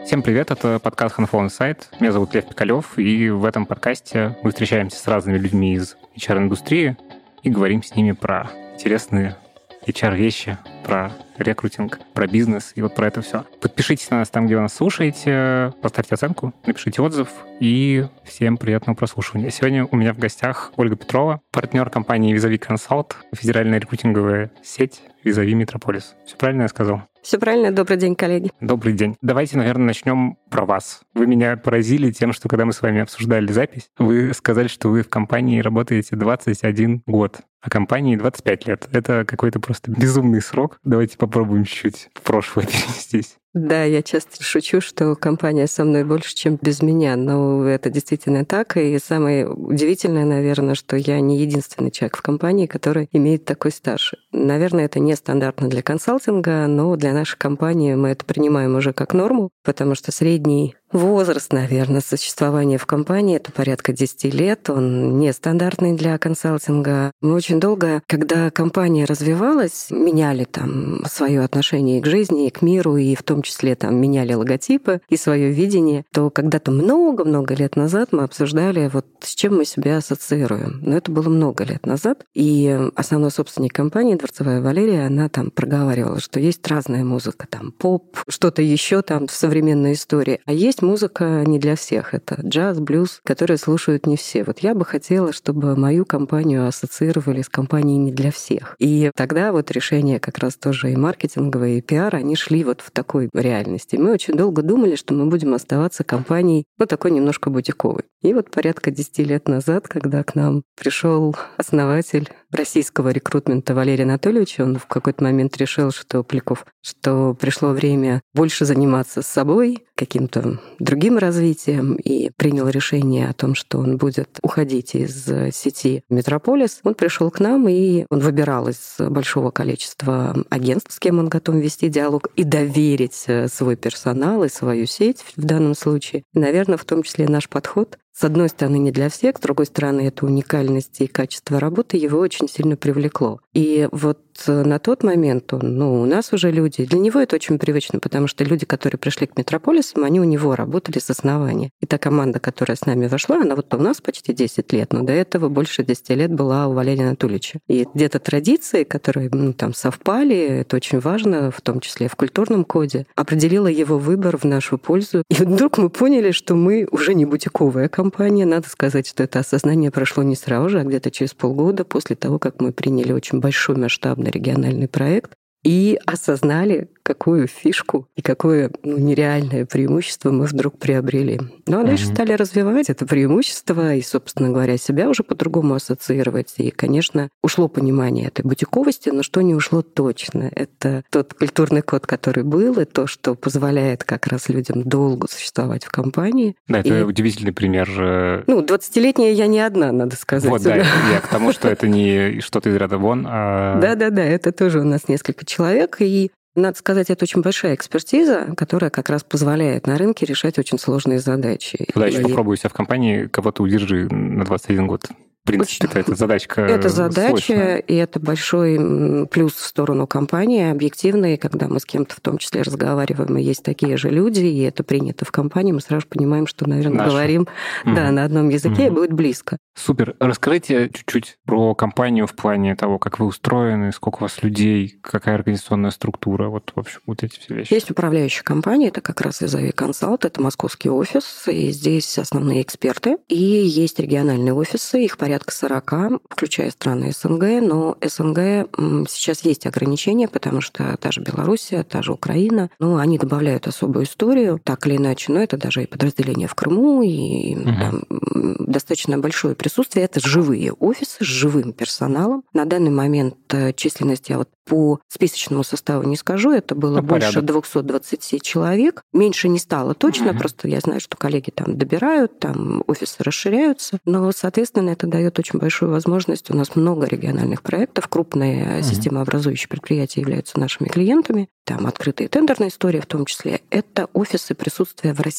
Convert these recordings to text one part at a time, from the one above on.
Всем привет, это подкаст Handful Insight. Меня зовут Лев Пикалев, и в этом подкасте мы встречаемся с разными людьми из HR-индустрии и говорим с ними про интересные HR-вещи, про рекрутинг, про бизнес и вот про это все. Подпишитесь на нас там, где вы нас слушаете, поставьте оценку, напишите отзыв, и всем приятного прослушивания. Сегодня у меня в гостях Ольга Петрова, партнер компании Визави Консалт, федеральная рекрутинговая сеть Визави Метрополис. Все правильно я сказал? Все правильно. Добрый день, коллеги. Добрый день. Давайте, наверное, начнем про вас. Вы меня поразили тем, что когда мы с вами обсуждали запись, вы сказали, что вы в компании работаете 21 год, а компании 25 лет. Это какой-то просто безумный срок. Давайте попробуем чуть-чуть в прошлое перенестись. Да, я часто шучу, что компания со мной больше, чем без меня, но это действительно так. И самое удивительное, наверное, что я не единственный человек в компании, который имеет такой стаж. Наверное, это нестандартно для консалтинга, но для нашей компании мы это принимаем уже как норму, потому что средний возраст, наверное, существования в компании — это порядка 10 лет. Он нестандартный для консалтинга. Мы очень долго, когда компания развивалась, меняли там свое отношение к жизни, и к миру, и в том числе там меняли логотипы и свое видение, то когда-то много-много лет назад мы обсуждали, вот с чем мы себя ассоциируем. Но это было много лет назад. И основной собственник компании, Дворцовая Валерия, она там проговаривала, что есть разная музыка, там поп, что-то еще там в современной истории. А есть музыка не для всех. Это джаз, блюз, которые слушают не все. Вот я бы хотела, чтобы мою компанию ассоциировали с компанией не для всех. И тогда вот решения как раз тоже и маркетинговые, и пиар, они шли вот в такой реальности. Мы очень долго думали, что мы будем оставаться компанией, ну, такой немножко бутиковой. И вот порядка 10 лет назад, когда к нам пришел основатель российского рекрутмента Валерий Анатольевич, он в какой-то момент решил, что Поляков, что пришло время больше заниматься собой, каким-то другим развитием, и принял решение о том, что он будет уходить из сети Метрополис. Он пришел к нам, и он выбирал из большого количества агентств, с кем он готов вести диалог, и доверить свой персонал и свою сеть в данном случае. И, наверное, в том числе наш подход, с одной стороны, не для всех, с другой стороны, это уникальность и качество работы его очень сильно привлекло. И вот на тот момент у нас уже люди, для него это очень привычно, потому что люди, которые пришли к Метрополису, они у него работали с основания. И та команда, которая с нами вошла, она вот у нас почти 10 лет, но до этого больше 10 лет была у Валерия Анатольевича. И где-то традиции, которые там совпали, это очень важно, в том числе в культурном коде, определила его выбор в нашу пользу. И вдруг мы поняли, что мы уже не бутиковая компания. Надо сказать, что это осознание прошло не сразу же, а где-то через полгода после того, как мы приняли очень большой масштабный региональный проект и осознали, какую фишку и какое нереальное преимущество мы вдруг приобрели. Ну а дальше стали развивать это преимущество и, собственно говоря, себя уже по-другому ассоциировать. И, конечно, ушло понимание этой бутиковости, но что не ушло точно. Это тот культурный код, который был, и то, что позволяет как раз людям долго существовать в компании. Да, это удивительный пример. 20-летняя я не одна, надо сказать. Вот, да, я к тому, что это не что-то из ряда вон, а... Да, это тоже у нас несколько человек, и надо сказать, это очень большая экспертиза, которая как раз позволяет на рынке решать очень сложные задачи. Куда еще попробую себя в компании, кого-то удержи на 21 год. В принципе, это задачка. Это задача, сложная. И это большой плюс в сторону компании, объективный, когда мы с кем-то в том числе разговариваем, и есть такие же люди, и это принято в компании, мы сразу понимаем, что, наверное, говорим на одном языке, и будет близко. Супер. Расскажите чуть-чуть про компанию в плане того, как вы устроены, сколько у вас людей, какая организационная структура, вот, в общем, вот эти все вещи. Есть управляющая компания, это как раз Визави Консалт, это московский офис, и здесь основные эксперты, и есть региональные офисы, их порядка 40, включая страны СНГ, но СНГ сейчас есть ограничения, потому что та же Белоруссия, та же Украина, они добавляют особую историю, так или иначе, но это даже и подразделения в Крыму, и там достаточно большое присутствие. Это живые офисы с живым персоналом. На данный момент численность, я вот по списочному составу не скажу, это было больше 220 человек. Меньше не стало точно, просто я знаю, что коллеги там добирают, там офисы расширяются, но, соответственно, это дает очень большую возможность. У нас много региональных проектов, крупные системообразующие предприятия являются нашими клиентами, там открытые тендерные истории в том числе. Это офисы присутствия в России.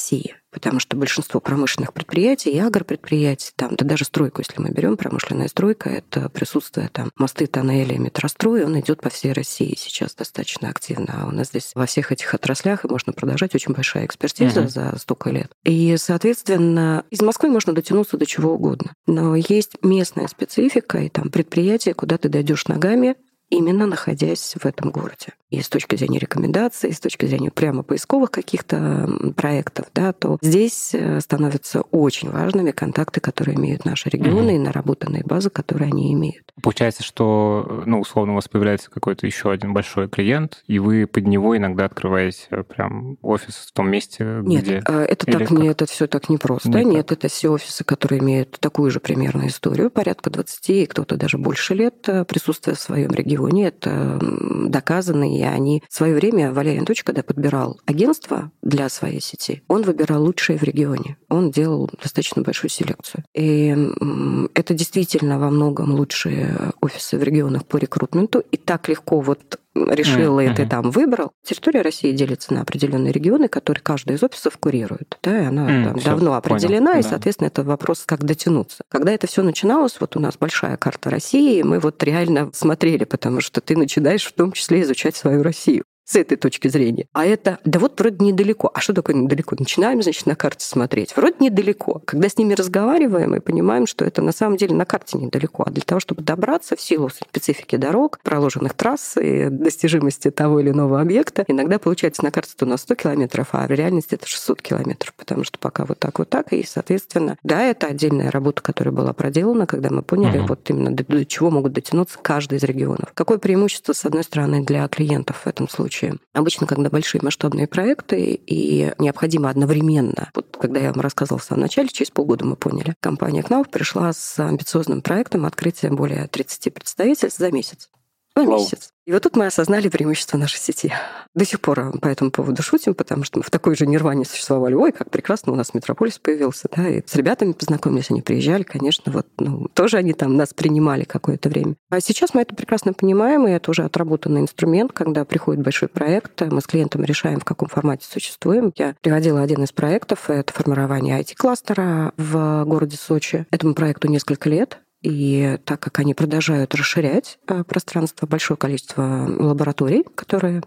потому что большинство промышленных предприятий и агропредприятий, там, да даже стройку, если мы берем, промышленная стройка, это присутствие там мосты, тоннели, метрострой, он идет по всей России сейчас достаточно активно. А у нас здесь во всех этих отраслях, и можно продолжать, очень большая экспертиза за столько лет. И, соответственно, из Москвы можно дотянуться до чего угодно. Но есть местная специфика, и там предприятия, куда ты дойдешь ногами, именно находясь в этом городе. И с точки зрения рекомендаций, и с точки зрения прямо поисковых каких-то проектов, да, то здесь становятся очень важными контакты, которые имеют наши регионы, и наработанные базы, которые они имеют. Получается, что, условно, у вас появляется какой-то еще один большой клиент, и вы под него иногда открываете прям офис в том месте, Нет, где... это все так непросто. Нет, это все офисы, которые имеют такую же примерно историю, порядка 20, и кто-то даже больше лет присутствия в своем регионе. Это доказано, и они в свое время, Валерий Анатольевич, когда подбирал агентство для своей сети, он выбирал лучшие в регионе. Он делал достаточно большую селекцию. И это действительно во многом лучшие офисы в регионах по рекрутменту. И так легко решил, и ты там выбрал. Территория России делится на определенные регионы, которые каждый из офисов курирует. Да, и она там давно определена, и, соответственно, это вопрос, как дотянуться. Когда это все начиналось, у нас большая карта России, и мы реально смотрели, потому что ты начинаешь в том числе изучать свою Россию с этой точки зрения. А это, вроде недалеко. А что такое недалеко? Начинаем, на карте смотреть. Вроде недалеко. Когда с ними разговариваем, мы понимаем, что это на самом деле на карте недалеко. А для того, чтобы добраться в силу специфики дорог, проложенных трасс и достижимости того или иного объекта, иногда получается на карте-то у нас 100 километров, а в реальности это 600 километров, потому что пока вот так. И, соответственно, да, это отдельная работа, которая была проделана, когда мы поняли, именно до чего могут дотянуться каждый из регионов. Какое преимущество, с одной стороны, для клиентов в этом случае? Обычно, когда большие масштабные проекты, и необходимо одновременно, когда я вам рассказывала в самом начале, через полгода мы поняли, компания Knauf пришла с амбициозным проектом открытия более 30 представительств за месяц. Месяц. И тут мы осознали преимущество нашей сети. До сих пор по этому поводу шутим, потому что мы в такой же нирване существовали. Ой, как прекрасно, у нас Метрополис появился, да, и с ребятами познакомились, они приезжали, конечно, тоже они там нас принимали какое-то время. А сейчас мы это прекрасно понимаем, и это уже отработанный инструмент, когда приходит большой проект, мы с клиентом решаем, в каком формате существуем. Я приводила один из проектов, это формирование IT-кластера в городе Сочи. Этому проекту несколько лет. И так как они продолжают расширять пространство, большое количество лабораторий, которые,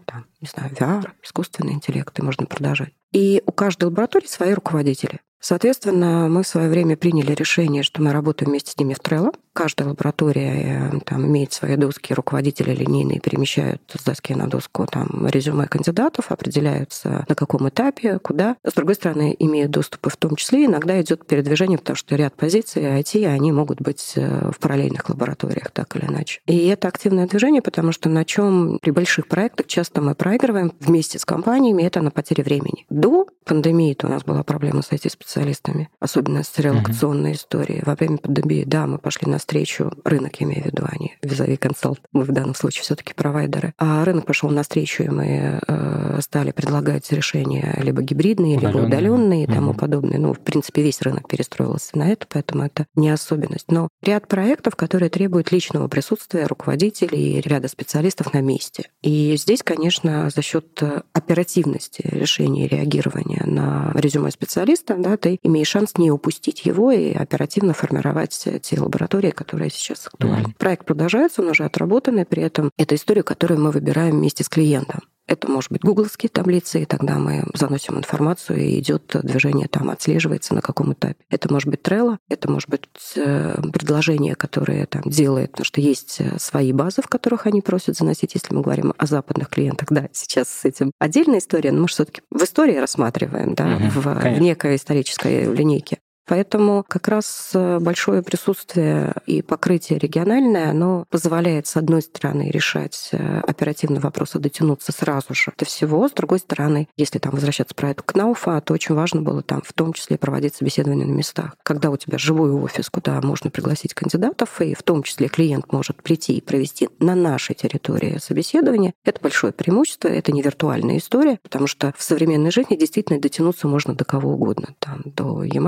VR, искусственный интеллект, и можно продолжать. И у каждой лаборатории свои руководители. Соответственно, мы в свое время приняли решение, что мы работаем вместе с ними в Trello. Каждая лаборатория имеет свои доски, руководители линейные перемещают с доски на доску резюме кандидатов, определяются на каком этапе, куда. С другой стороны, имеют доступы в том числе. Иногда идет передвижение, потому что ряд позиций IT, они могут быть в параллельных лабораториях, так или иначе. И это активное движение, потому что на чем при больших проектах часто мы проигрываем вместе с компаниями, это на потере времени. До пандемии у нас была проблема с IT-специалистами, особенно с релокационной историей. Во время пандемии, мы пошли навстречу, рынок, я имею в виду, а не визави консалт. Мы в данном случае все-таки провайдеры. А рынок пошел навстречу, и мы стали предлагать решения либо гибридные, либо удаленные и тому подобное. В принципе, весь рынок перестроился на это, поэтому это не особенность. Но ряд проектов, которые требуют личного присутствия руководителей и ряда специалистов на месте. И здесь, конечно, за счет оперативности решения и реагирования на резюме специалиста, ты имеешь шанс не упустить его и оперативно формировать те лаборатории, которые сейчас актуальны. Проект продолжается, он уже отработанный, при этом это история, которую мы выбираем вместе с клиентом. Это может быть гугловские таблицы, и тогда мы заносим информацию, и идет движение отслеживается на каком этапе. Это может быть Trello, это может быть предложение, которое делает, потому что есть свои базы, в которых они просят заносить, если мы говорим о западных клиентах. Да, сейчас с этим отдельная история, но мы все-таки в истории рассматриваем, в некой исторической линейке. Поэтому как раз большое присутствие и покрытие региональное, оно позволяет, с одной стороны, решать оперативно вопросы, дотянуться сразу же до всего. С другой стороны, если возвращаться к проекту Кнауфа, то очень важно было в том числе проводить собеседования на местах. Когда у тебя живой офис, куда можно пригласить кандидатов, и в том числе клиент может прийти и провести на нашей территории собеседование, это большое преимущество, это не виртуальная история, потому что в современной жизни действительно дотянуться можно до кого угодно. До Ямайки,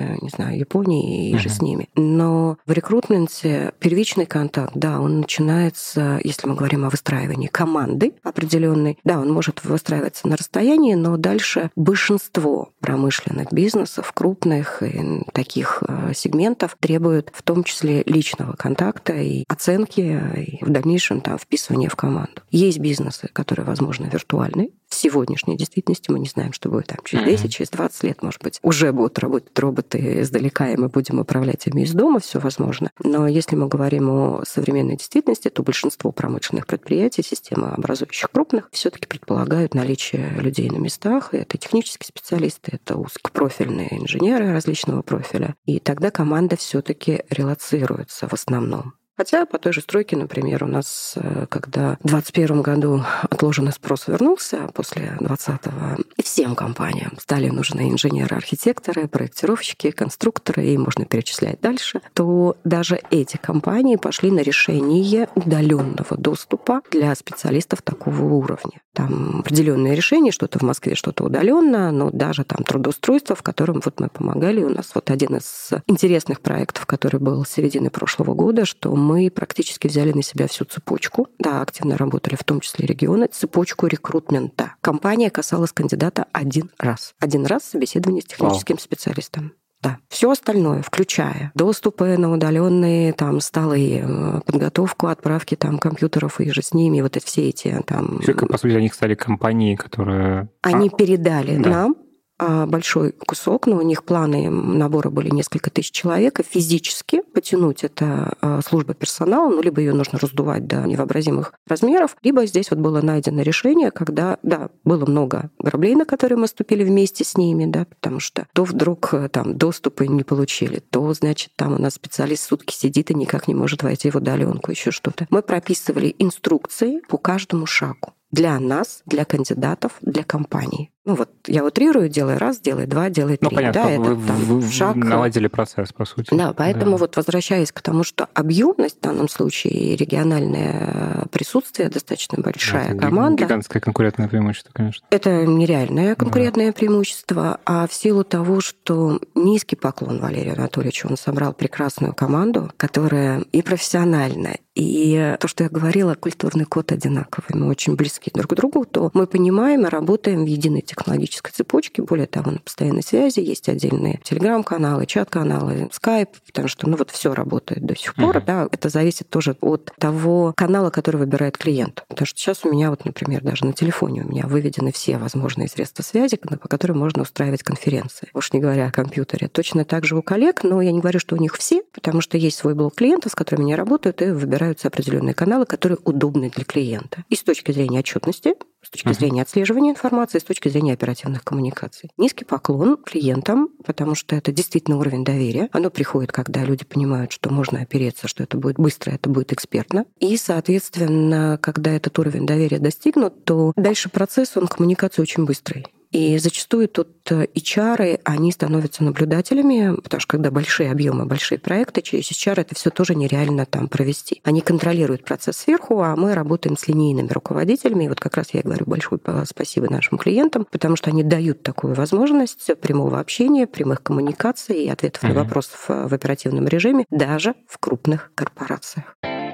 не знаю, Японии и же с ними. Но в рекрутменте первичный контакт, да, он начинается, если мы говорим о выстраивании команды определенной, да, он может выстраиваться на расстоянии, но дальше большинство промышленных бизнесов, крупных и таких сегментов требуют в том числе личного контакта и оценки, и в дальнейшем там вписывания в команду. Есть бизнесы, которые, возможно, виртуальны. В сегодняшней действительности мы не знаем, что будет там через 10, через 20 лет, может быть, уже будут работать роботы издалека, и мы будем управлять ими из дома, все возможно. Но если мы говорим о современной действительности, то большинство промышленных предприятий, системообразующих крупных, все-таки предполагают наличие людей на местах. И это технические специалисты, это узкопрофильные инженеры различного профиля. И тогда команда все-таки релоцируется в основном. Хотя по той же стройке, например, у нас, когда в 2021 году отложенный спрос вернулся после 2020-го, и всем компаниям стали нужны инженеры, архитекторы, проектировщики, конструкторы, и можно перечислять дальше, то даже эти компании пошли на решение удаленного доступа для специалистов такого уровня. Там определенные решения, что-то в Москве, что-то удаленно, но даже там трудоустройство, в котором вот мы помогали. У нас вот один из интересных проектов, который был с середины прошлого года, что мы практически взяли на себя всю цепочку. Да, активно работали, в том числе регионы, цепочку рекрутмента. Компания касалась кандидата один раз. Один раз собеседование с техническим специалистом. Да, все остальное, включая доступы на удаленные там столы, подготовку отправки там компьютеров и же с ними, вот все эти там. По сути, они стали компании, которые. Они передали нам большой кусок, но у них планы набора были несколько тысяч человек, и физически потянуть это служба персонала, ну, либо ее нужно раздувать до невообразимых размеров, либо здесь вот было найдено решение, когда, да, было много граблей, на которые мы ступили вместе с ними, да, потому что то вдруг там доступы не получили, то, значит, там у нас специалист сутки сидит и никак не может войти в удаленку, еще что-то. Мы прописывали инструкции по каждому шагу. Для нас, для кандидатов, для компаний. Ну вот я утрирую, делай раз, делай два, делай три. Ну, понятно, да, это вы шаг. наладили процесс, по сути. Да, поэтому вот возвращаясь к тому, что объемность в данном случае и региональное присутствие достаточно большая команда. Гигантское конкурентное преимущество, конечно. Это нереальное конкурентное преимущество, а в силу того, что низкий поклон Валерию Анатольевичу, он собрал прекрасную команду, которая и профессиональная, и то, что я говорила, культурный код одинаковый, мы очень близки друг к другу, то мы понимаем и работаем в единой технологической цепочке. Более того, на постоянной связи есть отдельные телеграм-каналы, чат-каналы, скайп, потому что, ну, вот все работает до сих пор. Да, это зависит тоже от того канала, который выбирает клиент. Потому что сейчас у меня, вот, например, даже на телефоне у меня выведены все возможные средства связи, по которым можно устраивать конференции. Уж не говоря о компьютере. Точно так же у коллег, но я не говорю, что у них все, потому что есть свой блок клиентов, с которыми они работают, и выбираются определенные каналы, которые удобны для клиента. И с точки зрения отчетности, с точки зрения отслеживания информации, с точки зрения оперативных коммуникаций. Низкий поклон клиентам, потому что это действительно уровень доверия. Оно приходит, когда люди понимают, что можно опереться, что это будет быстро, это будет экспертно. И, соответственно, когда этот уровень доверия достигнут, то дальше процесс, он коммуникации очень быстрый. И зачастую тут HR, они становятся наблюдателями, потому что когда большие объемы, большие проекты, через HR это все тоже нереально там провести. Они контролируют процесс сверху, а мы работаем с линейными руководителями. И вот как раз я говорю большое спасибо нашим клиентам, потому что они дают такую возможность прямого общения, прямых коммуникаций и ответов на вопросы в оперативном режиме даже в крупных корпорациях.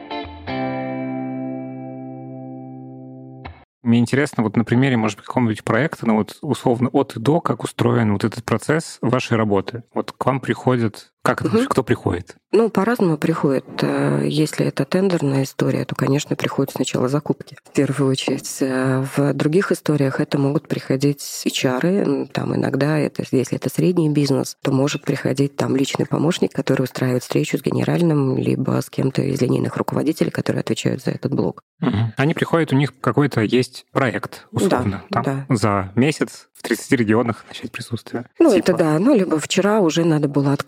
Мне интересно, вот на примере, может быть, какого-нибудь проекта, ну вот условно от и до, как устроен вот этот процесс вашей работы. Вот к вам приходят. Как это? Кто приходит? Ну, по-разному приходит. Если это тендерная история, то, конечно, приходят сначала закупки, в первую очередь. В других историях это могут приходить HR, там иногда, если это средний бизнес, то может приходить там личный помощник, который устраивает встречу с генеральным, либо с кем-то из линейных руководителей, которые отвечают за этот блок. Они приходят, у них какой-то есть проект, условно, да, там, за месяц в 30 регионах начать присутствие. Ну, это да. Ну, либо вчера уже надо было открыть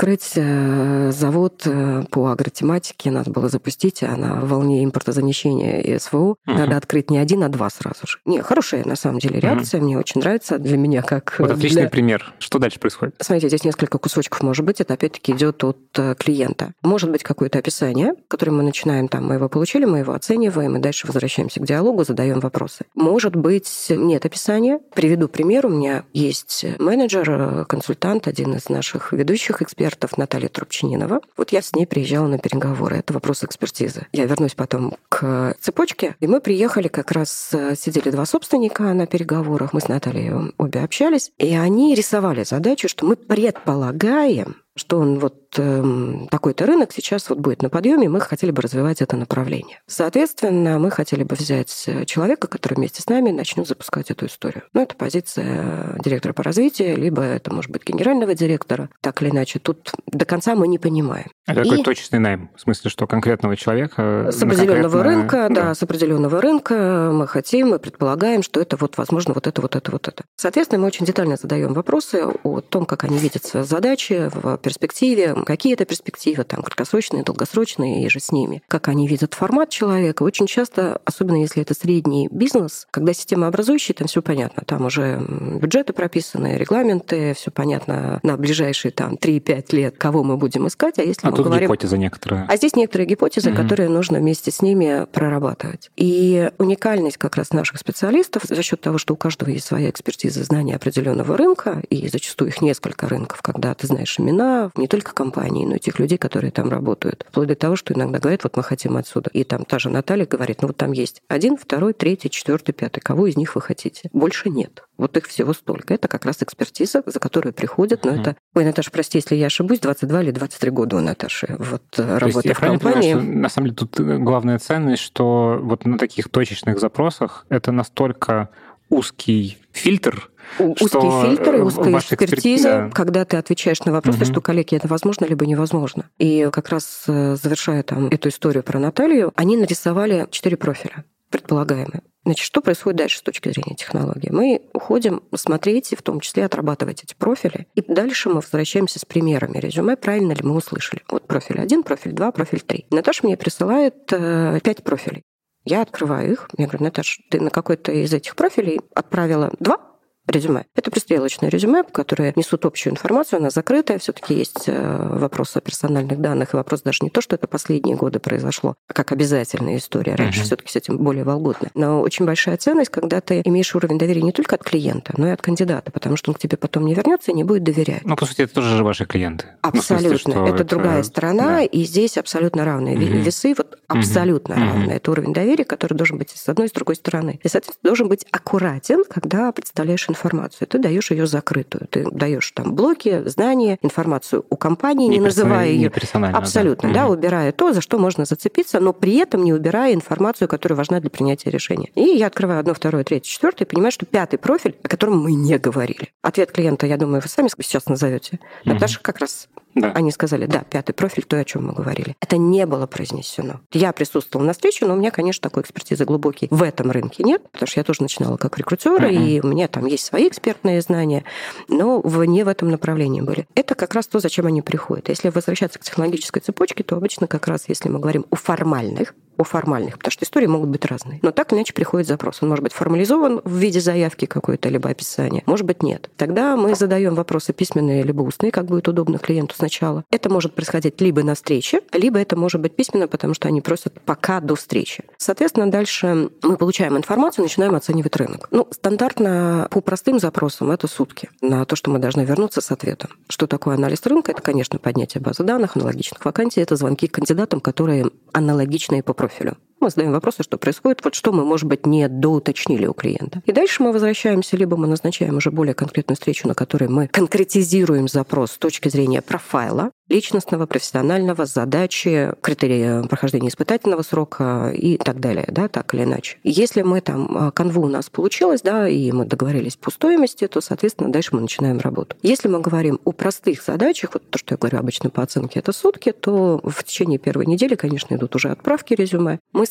завод по агротематике, надо было запустить, а на волне импортозамещения и СВО надо открыть не один, а два сразу же. Не, хорошая на самом деле реакция, мне очень нравится. Для меня как... Вот отличный пример. Что дальше происходит? Смотрите, здесь несколько кусочков может быть. Это опять-таки идет от клиента. Может быть какое-то описание, которое мы начинаем, там, мы его получили, мы его оцениваем, и дальше возвращаемся к диалогу, задаем вопросы. Может быть, нет описания. Приведу пример. У меня есть менеджер, консультант, один из наших ведущих экспертов, Наталья Трубчининова. Вот я с ней приезжала на переговоры. Это вопрос экспертизы. Я вернусь потом к цепочке. И мы приехали, как раз сидели два собственника на переговорах. Мы с Натальей обе общались. И они рисовали задачу, что мы предполагаем, что он вот такой-то рынок сейчас вот будет на подъеме, мы хотели бы развивать это направление. Соответственно, мы хотели бы взять человека, который вместе с нами начнет запускать эту историю. Ну, это позиция директора по развитию, либо это может быть генерального директора. Так или иначе, тут до конца мы не понимаем. Это такой точечный найм, в смысле, что конкретного человека... С определенного рынка, да, с определенного рынка мы хотим, мы предполагаем, что это вот, возможно, вот это. Соответственно, мы очень детально задаем вопросы о том, как они видят задачи в перспективе, какие это перспективы, там, краткосрочные, долгосрочные, и же с ними. Как они видят формат человека. Очень часто, особенно если это средний бизнес, когда системообразующий, там все понятно. Там уже бюджеты прописаны, регламенты, все понятно на ближайшие там 3-5 лет, кого мы будем искать. А если мы тут говорим... гипотеза некоторая. А здесь некоторые гипотезы, которые нужно вместе с ними прорабатывать. И уникальность как раз наших специалистов за счет того, что у каждого есть своя экспертиза, знания определенного рынка, и зачастую их несколько рынков, когда ты знаешь имена не только компаний, но и тех людей, которые там работают. Вплоть до того, что иногда говорят, вот мы хотим отсюда. И там та же Наталья говорит, ну вот там есть 1, 2, 3, 4, 5. Кого из них вы хотите? Больше нет. Вот их всего столько. Это как раз экспертиза, за которую приходят. Но это... Ой, Наташа, прости, если я ошибусь, 22 или 23 года у Наташи вот работы в компании. Понимаю, что, на самом деле тут главная ценность, что вот на таких точечных запросах это настолько узкий фильтр, узкий фильтр и узкая экспертиза, когда ты отвечаешь на вопросы, что, коллеги, это возможно либо невозможно. И как раз завершая там эту историю про Наталью, они нарисовали 4 профиля предполагаемые. Значит, что происходит дальше с точки зрения технологии? Мы уходим смотреть и в том числе отрабатывать эти профили. И дальше мы возвращаемся с примерами резюме, правильно ли мы услышали. Вот профиль 1, профиль 2, профиль 3. Наташа мне присылает 5 профилей. Я открываю их. Я говорю, Наташа, ты на какой-то из этих профилей отправила 2 резюме. Это пристрелочное резюме, которые несут общую информацию, она закрытая, все-таки есть вопрос о персональных данных, и вопрос даже не то, что это последние годы произошло, а как обязательная история. Раньше все-таки с этим более вольготно. Но очень большая ценность, когда ты имеешь уровень доверия не только от клиента, но и от кандидата, потому что он к тебе потом не вернется и не будет доверять. Ну, по сути, это тоже ваши клиенты. Абсолютно. Ну, в смысле, это другая сторона, и здесь абсолютно равные весы, вот абсолютно равные. Это уровень доверия, который должен быть с одной и с другой стороны. И, соответственно, должен быть аккуратен, когда представляешь информацию. Ты даешь ее закрытую. Ты даешь там блоки, знания, информацию у компании, не называя ее абсолютно, да, убирая то, за что можно зацепиться, но при этом не убирая информацию, которая важна для принятия решения. И я открываю 1, 2, 3, 4 и понимаю, что 5-й профиль, о котором мы не говорили. Ответ клиента, я думаю, вы сами сейчас назовете. Наташа как раз... Да. Они сказали, да, 5-й профиль, то, о чем мы говорили. Это не было произнесено. Я присутствовала на встрече, но у меня, конечно, такой экспертизы глубокой в этом рынке нет, потому что я тоже начинала как рекрутер, и у меня там есть свои экспертные знания, но не в этом направлении были. Это как раз то, зачем они приходят. Если возвращаться к технологической цепочке, то обычно как раз, если мы говорим о формальных, потому что истории могут быть разные. Но так или иначе приходит запрос. Он может быть формализован в виде заявки какой-то, либо описания, может быть, нет. Тогда мы задаем вопросы письменные, либо устные, как будет удобно клиенту сначала. Это может происходить либо на встрече, либо это может быть письменно, потому что они просят пока до встречи. Соответственно, дальше мы получаем информацию, начинаем оценивать рынок. Ну, стандартно по простым запросам это сутки на то, что мы должны вернуться с ответом. Что такое анализ рынка? Это, конечно, поднятие базы данных, аналогичных вакансий, это звонки к кандидатам, которые аналогичные по профилю. Мы задаем вопросы, что происходит, вот что мы, может быть, не доуточнили у клиента. И дальше мы возвращаемся, либо мы назначаем уже более конкретную встречу, на которой мы конкретизируем запрос с точки зрения профайла, личностного, профессионального, задачи, критерии прохождения испытательного срока и так далее, да, так или иначе. Если мы там, канву у нас получилось, да, и мы договорились по стоимости, то, соответственно, дальше мы начинаем работу. Если мы говорим о простых задачах, вот то, что я говорю обычно по оценке, это сутки, то в течение первой недели, конечно, идут уже отправки резюме. Мы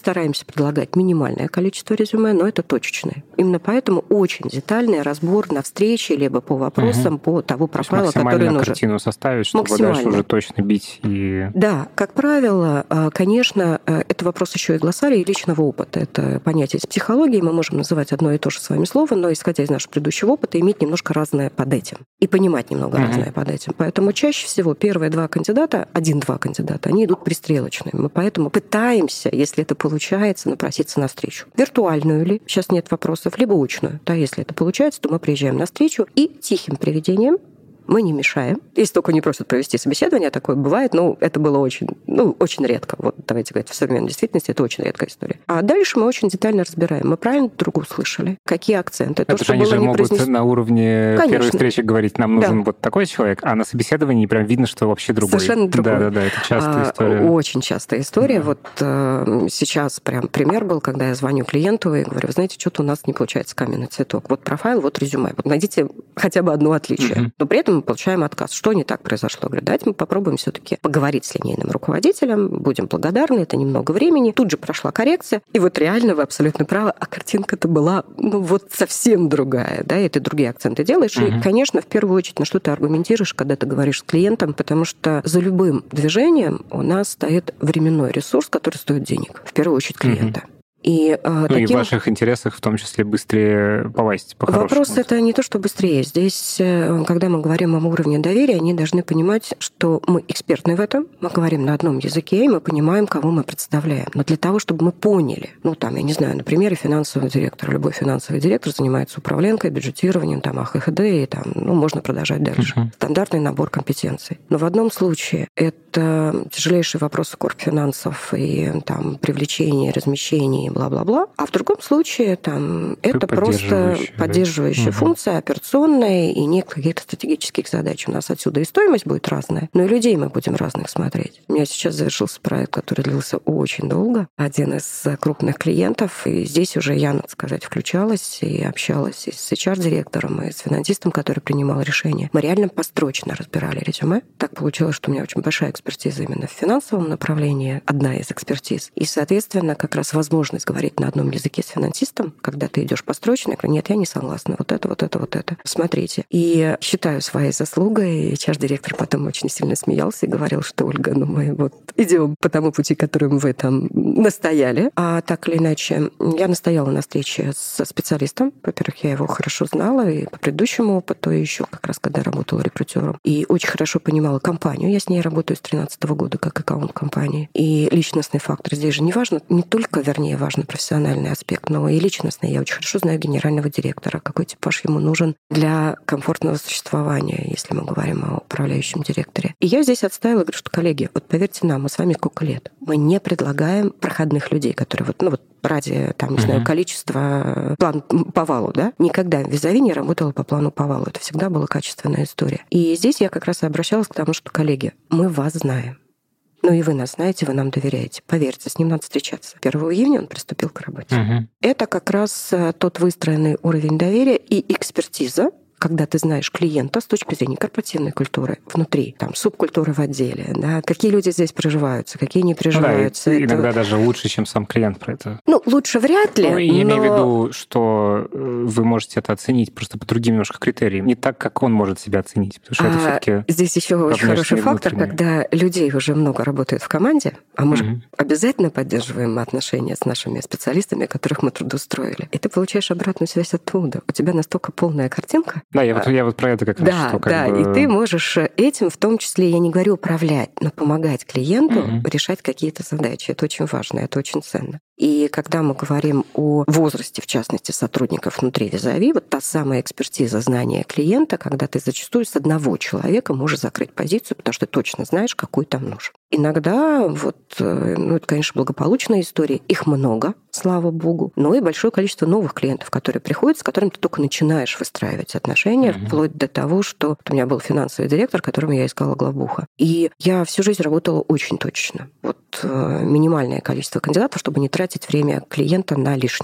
стараемся предлагать минимальное количество резюме, но это точечное. Именно поэтому очень детальный разбор на встрече, либо по вопросам, по того профайла, который нужен. Картину составить, чтобы дальше уже точно бить. Да, как правило, конечно, это вопрос еще и глоссария, и личного опыта. Это понятие из психологии, мы можем называть одно и то же с вами слово, но, исходя из нашего предыдущего опыта, иметь немножко разное под этим. И понимать немного разное под этим. Поэтому чаще всего первые два кандидата, один-два кандидата, они идут пристрелочными. Мы поэтому пытаемся, если это получается, напроситься на встречу. Виртуальную ли, сейчас нет вопросов, либо очную. Да, если это получается, то мы приезжаем на встречу и тихим приведением мы не мешаем. Если только не просят провести собеседование, такое бывает, но это было очень редко. Вот давайте говорить, в современной действительности это очень редкая история. А дальше мы очень детально разбираем. Мы правильно друг друга услышали? Какие акценты? Это же они же могут на уровне первой встречи говорить, нам нужен вот такой человек, а на собеседовании прям видно, что вообще другой. Совершенно другой. Да, это частая история. Очень частая история. Вот сейчас прям пример был, когда я звоню клиенту и говорю, вы знаете, что-то у нас не получается каменный цветок. Вот профайл, вот резюме. Вот найдите хотя бы одно отличие. Но при этом мы получаем отказ. Что не так произошло? Я говорю, давайте мы попробуем все-таки поговорить с линейным руководителем, будем благодарны, это немного времени. Тут же прошла коррекция, и вот реально вы абсолютно правы, а картинка-то была вот совсем другая, да, и ты другие акценты делаешь. И, конечно, в первую очередь, на что ты аргументируешь, когда ты говоришь с клиентом, потому что за любым движением у нас стоит временной ресурс, который стоит денег, в первую очередь клиента. И, и в ваших интересах в том числе быстрее попасть по-хорошему. Вопрос это не то, что быстрее. Здесь, когда мы говорим о уровне доверия, они должны понимать, что мы экспертны в этом, мы говорим на одном языке, и мы понимаем, кого мы представляем. Но для того, чтобы мы поняли, я не знаю, на примере финансового директора, любой финансовый директор занимается управленкой, бюджетированием, АХХД, и можно продолжать дальше. Стандартный набор компетенций. Но в одном случае это тяжелейшие вопросы корпфинансов и привлечение, размещение, бла-бла-бла. А в другом случае это просто поддерживающая функция, операционная, и нет каких-то стратегических задач. У нас отсюда и стоимость будет разная, но и людей мы будем разных смотреть. У меня сейчас завершился проект, который длился очень долго. Один из крупных клиентов, и здесь уже я, надо сказать, включалась и общалась и с HR-директором, и с финансистом, который принимал решение. Мы реально построчно разбирали резюме. Так получилось, что у меня очень большая экспертиза именно в финансовом направлении, одна из экспертиз. И, соответственно, как раз возможность говорить на одном языке с финансистом, когда ты идешь построчно, я говорю, нет, я не согласна, вот это. Смотрите. И считаю своей заслугой, и HR-директор потом очень сильно смеялся и говорил, что, Ольга, мы идем по тому пути, которым вы настояли. А так или иначе, я настояла на встрече со специалистом. Во-первых, я его хорошо знала и по предыдущему опыту, и еще как раз когда работала рекрутером. И очень хорошо понимала компанию. Я с ней работаю с 2013 года как аккаунт компании. И личностный фактор здесь же не важно, важен профессиональный аспект, но и личностный. Я очень хорошо знаю генерального директора, какой типаж ему нужен для комфортного существования, если мы говорим о управляющем директоре. И я здесь отставила, говорю, что, коллеги, поверьте нам, мы с вами сколько лет. Мы не предлагаем проходных людей, которые ради, количества план по валу, да? Никогда в Визави не работала по плану по валу. Это всегда была качественная история. И здесь я как раз и обращалась к тому, что, коллеги, мы вас знаем. И вы нас знаете, вы нам доверяете. Поверьте, с ним надо встречаться. 1 июня он приступил к работе. Это как раз тот выстроенный уровень доверия и экспертиза, когда ты знаешь клиента с точки зрения корпоративной культуры внутри, субкультуры в отделе, да, какие люди здесь проживаются, какие не приживаются. Да, иногда даже лучше, чем сам клиент про это. Лучше вряд ли. Я имею в виду, что вы можете это оценить просто по другим немножко критериям. Не так, как он может себя оценить. Потому что это все-таки здесь еще очень хороший фактор, когда людей уже много работает в команде, а мы же обязательно поддерживаем отношения с нашими специалистами, которых мы трудоустроили. И ты получаешь обратную связь оттуда. У тебя настолько полная картинка. Да, я вот про это как раз. И ты можешь этим, в том числе, я не говорю управлять, но помогать клиенту решать какие-то задачи. Это очень важно, это очень ценно. И когда мы говорим о возрасте, в частности, сотрудников внутри Визави, та самая экспертиза знания клиента, когда ты зачастую с одного человека можешь закрыть позицию, потому что ты точно знаешь, какой там нужен. Иногда, это, конечно, благополучная история, их много, слава богу, но и большое количество новых клиентов, которые приходят, с которыми ты только начинаешь выстраивать отношения, вплоть до того, что у меня был финансовый директор, которому я искала главбуха. И я всю жизнь работала очень точечно. Минимальное количество кандидатов, чтобы не тратить время клиента на лишнее.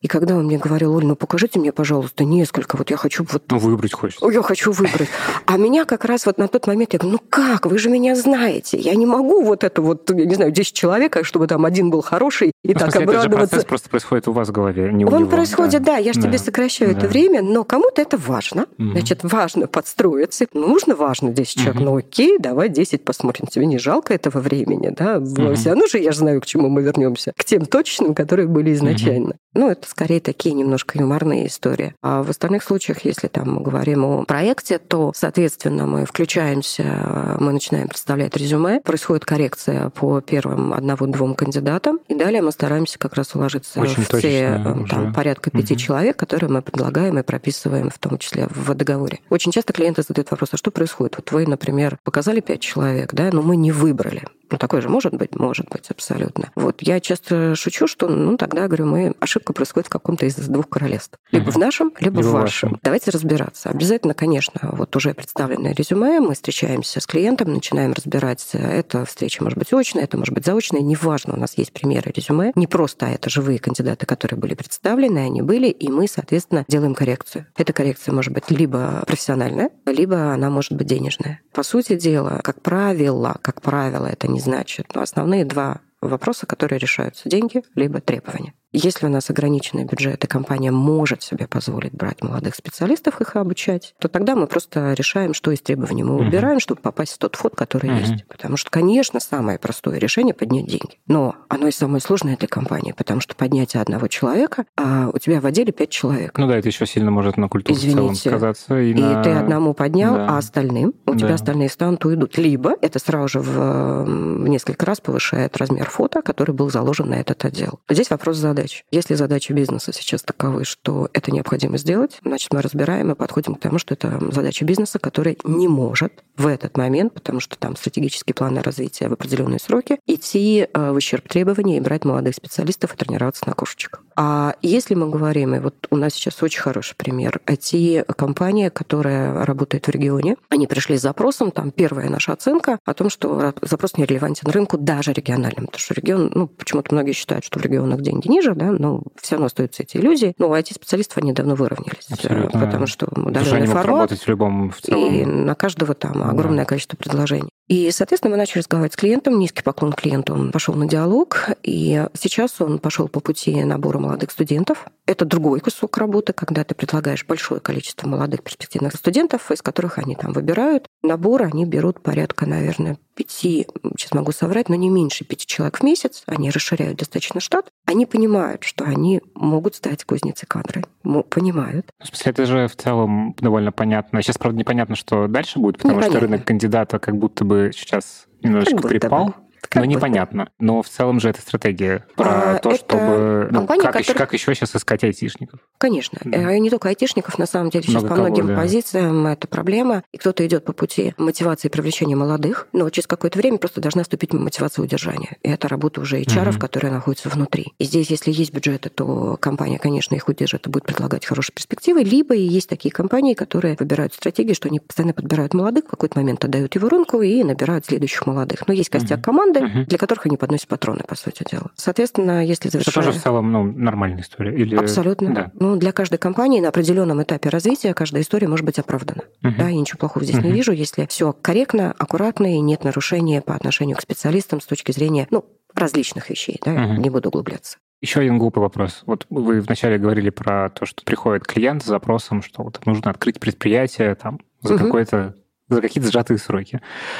И когда он мне говорил: Оль, ну покажите мне, пожалуйста, несколько, вот я хочу вот... Ну, выбрать хочется. Я хочу выбрать. А меня как раз вот на тот момент, я говорю, ну как, вы же меня знаете, я не могу вот это вот, я не знаю, 10 человек, чтобы там один был хороший, и ну, так в смысле, обрадоваться. Это же процесс просто происходит у вас в голове, не у него. Он происходит, да, я же тебе сокращаю это время, но кому-то это важно. Значит, важно подстроиться, важно 10 человек, ну окей, давай 10 посмотрим, тебе не жалко этого времени, да? Все равно же я же знаю, к чему мы вернемся, к тем точным, которые были изначально. Ну, это скорее такие немножко юморные истории. А в остальных случаях, если там мы говорим о проекте, то, соответственно, мы включаемся, мы начинаем представлять резюме, происходит коррекция по первым 1-2 кандидатам, и далее мы стараемся как раз уложиться очень в те там, порядка 5 человек, которые мы предлагаем и прописываем, в том числе в договоре. Очень часто клиенты задают вопрос, а что происходит? Вот вы, например, показали 5 человек, да, но мы не выбрали. Ну, такое же может быть, абсолютно. Вот я часто шучу, что, тогда, говорю, ошибка происходит в каком-то из 2 королевств. Либо в нашем, либо в вашем. Давайте разбираться. Обязательно, конечно, вот уже представленное резюме, мы встречаемся с клиентом, начинаем разбирать. Эта встреча может быть очная, это может быть заочная, неважно, у нас есть примеры резюме. Не просто это живые кандидаты, которые были представлены, они были, и мы, соответственно, делаем коррекцию. Эта коррекция может быть либо профессиональная, либо она может быть денежная. По сути дела, как правило, это не значит, но основные 2 вопроса, которые решаются: деньги либо требования. Если у нас ограниченный бюджет, и компания может себе позволить брать молодых специалистов, их обучать, то тогда мы просто решаем, что из требований мы выбираем, чтобы попасть в тот вход, который есть. Потому что, конечно, самое простое решение — поднять деньги. Но оно и самое сложное для компании, потому что поднятие одного человека, а у тебя в отделе 5 человек. Ну да, это еще сильно может на культуру в целом сказаться. И ты одному поднял, а остальным, у тебя остальные встанут, уйдут. Либо это сразу же в несколько раз повышает размер фото, который был заложен на этот отдел. Здесь вопрос задач. Если задачи бизнеса сейчас таковы, что это необходимо сделать, значит, мы разбираем и подходим к тому, что это задача бизнеса, который не может в этот момент, потому что там стратегические планы развития в определенные сроки, идти в ущерб требований и брать молодых специалистов и тренироваться на кошечках. А если мы говорим, и вот у нас сейчас очень хороший пример, IT-компания, которая работает в регионе, они пришли с запросом, там первая наша оценка о том, что запрос не релевантен рынку, даже региональным, потому что регион, почему-то многие считают, что в регионах деньги ниже, да, но все равно остаются эти иллюзии. Но у IT-специалистов они давно выровнялись. Абсолютно. Потому что удаленный формат, работать в любом в целом. И на каждого там огромное количество предложений. И, соответственно, мы начали разговаривать с клиентом, низкий поклон клиенту, он пошел на диалог, и сейчас он пошел по пути набора молодых студентов. Это другой кусок работы, когда ты предлагаешь большое количество молодых перспективных студентов, из которых они там выбирают. Набор они берут порядка, наверное, 5, сейчас могу соврать, но не меньше 5 человек в месяц. Они расширяют достаточно штат. Они понимают, что они могут стать кузницей кадры. Понимают. В смысле, это же в целом довольно понятно. Сейчас, правда, непонятно, что дальше будет, потому что рынок кандидата как будто бы сейчас немножечко припал. Но непонятно. Но в целом же это стратегия про то, чтобы... как еще сейчас искать айтишников? Конечно. Да. И не только айтишников, на самом деле, сейчас по многим позициям это проблема. И кто-то идет по пути мотивации и привлечения молодых, но через какое-то время просто должна вступить мотивация удержания. И это работа уже HR, которые находятся внутри. И здесь, если есть бюджеты, то компания, конечно, их удержит и будет предлагать хорошие перспективы. Либо и есть такие компании, которые выбирают стратегию, что они постоянно подбирают молодых, в какой-то момент отдают его рынку и набирают следующих молодых. Но есть костяк команды, для которых они подносят патроны, по сути дела. Соответственно, если завершая... Это тоже в целом нормальная история? Или... Абсолютно. Да. Для каждой компании на определенном этапе развития каждая история может быть оправдана. Да, я ничего плохого здесь не вижу, если все корректно, аккуратно и нет нарушения по отношению к специалистам с точки зрения различных вещей. Да, не буду углубляться. Еще один глупый вопрос. Вот вы вначале говорили про то, что приходит клиент с запросом, что вот нужно открыть предприятие там, за какие-то сжатые сроки.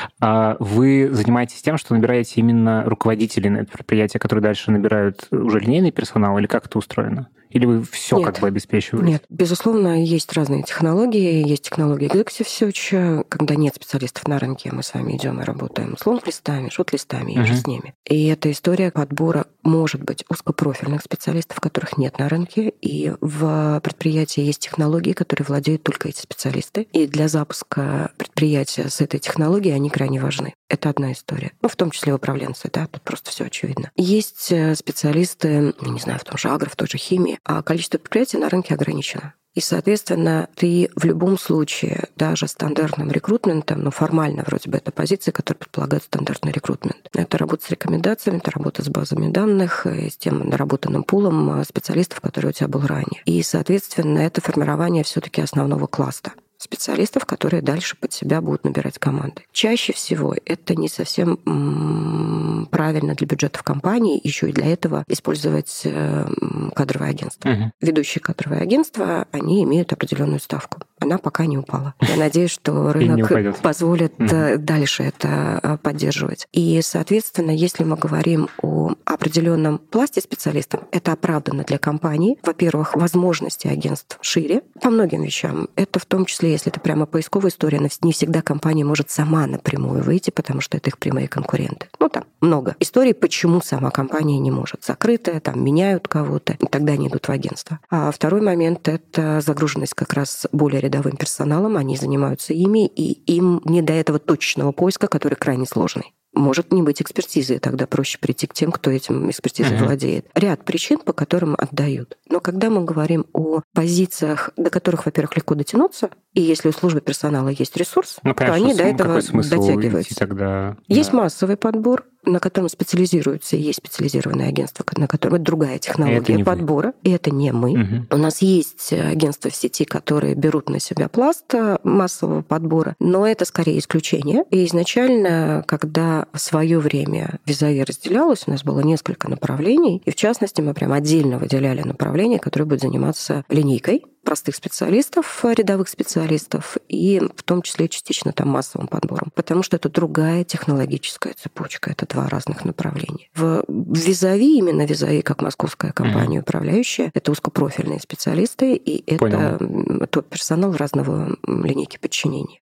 А вы занимаетесь тем, что набираете именно руководителей на это предприятие, которые дальше набирают уже линейный персонал, или как это устроено? Или вы все как бы обеспечиваете? Нет, безусловно, есть разные технологии. Есть технология Executive Search, когда нет специалистов на рынке, мы с вами идем и работаем с лонг-листами, шорт-листами и же с ними. И эта история подбора может быть узкопрофильных специалистов, которых нет на рынке. И в предприятии есть технологии, которые владеют только эти специалисты. И для запуска предприятия с этой технологией они крайне важны. Это одна история. В том числе управленцы, да, тут просто все очевидно. Есть специалисты, не знаю, в том же агро, в той же химии, а количество предприятий на рынке ограничено. И, соответственно, ты в любом случае, даже стандартным рекрутментом, формально вроде бы это позиции, которые предполагают стандартный рекрутмент. Это работа с рекомендациями, это работа с базами данных, с тем наработанным пулом специалистов, который у тебя был ранее. И, соответственно, это формирование все-таки основного класса специалистов, которые дальше под себя будут набирать команды. Чаще всего это не совсем правильно для бюджетов компании, еще и для этого использовать кадровое агентство. Ведущие кадровые агентства, они имеют определенную ставку. Она пока не упала. Я надеюсь, что рынок позволит дальше это поддерживать. И, соответственно, если мы говорим о определенном пласте специалистов, это оправдано для компании. Во-первых, возможности агентств шире по многим вещам. Это в том числе, если это прямо поисковая история, не всегда компания может сама напрямую выйти, потому что это их прямые конкуренты. Там много историй, почему сама компания не может. Закрытая, там меняют кого-то, и тогда они идут в агентство. А второй момент — это загруженность как раз более рядовым персоналом. Они занимаются ими, и им не до этого точечного поиска, который крайне сложный. Может не быть экспертизы, тогда проще прийти к тем, кто этим экспертизой владеет. Ряд причин, по которым отдают. Но когда мы говорим о позициях, до которых, во-первых, легко дотянуться, и если у службы персонала есть ресурс, то они до этого дотягиваются. Тогда? Есть массовый подбор, на котором специализируются, и есть специализированное агентство, на котором это другая технология подбора, и это не мы. У нас есть агентства в сети, которые берут на себя пласт массового подбора, но это скорее исключение. И изначально, когда в свое время Визави разделялось, у нас было несколько направлений, и в частности мы прям отдельно выделяли направление, которое будет заниматься линейкой простых специалистов, рядовых специалистов, и в том числе частично массовым подбором, потому что это другая технологическая цепочка, это два разных направления. В Визави, именно Визави, как московская компания управляющая, это узкопрофильные специалисты, и это топ-персонал разного линейки подчинения.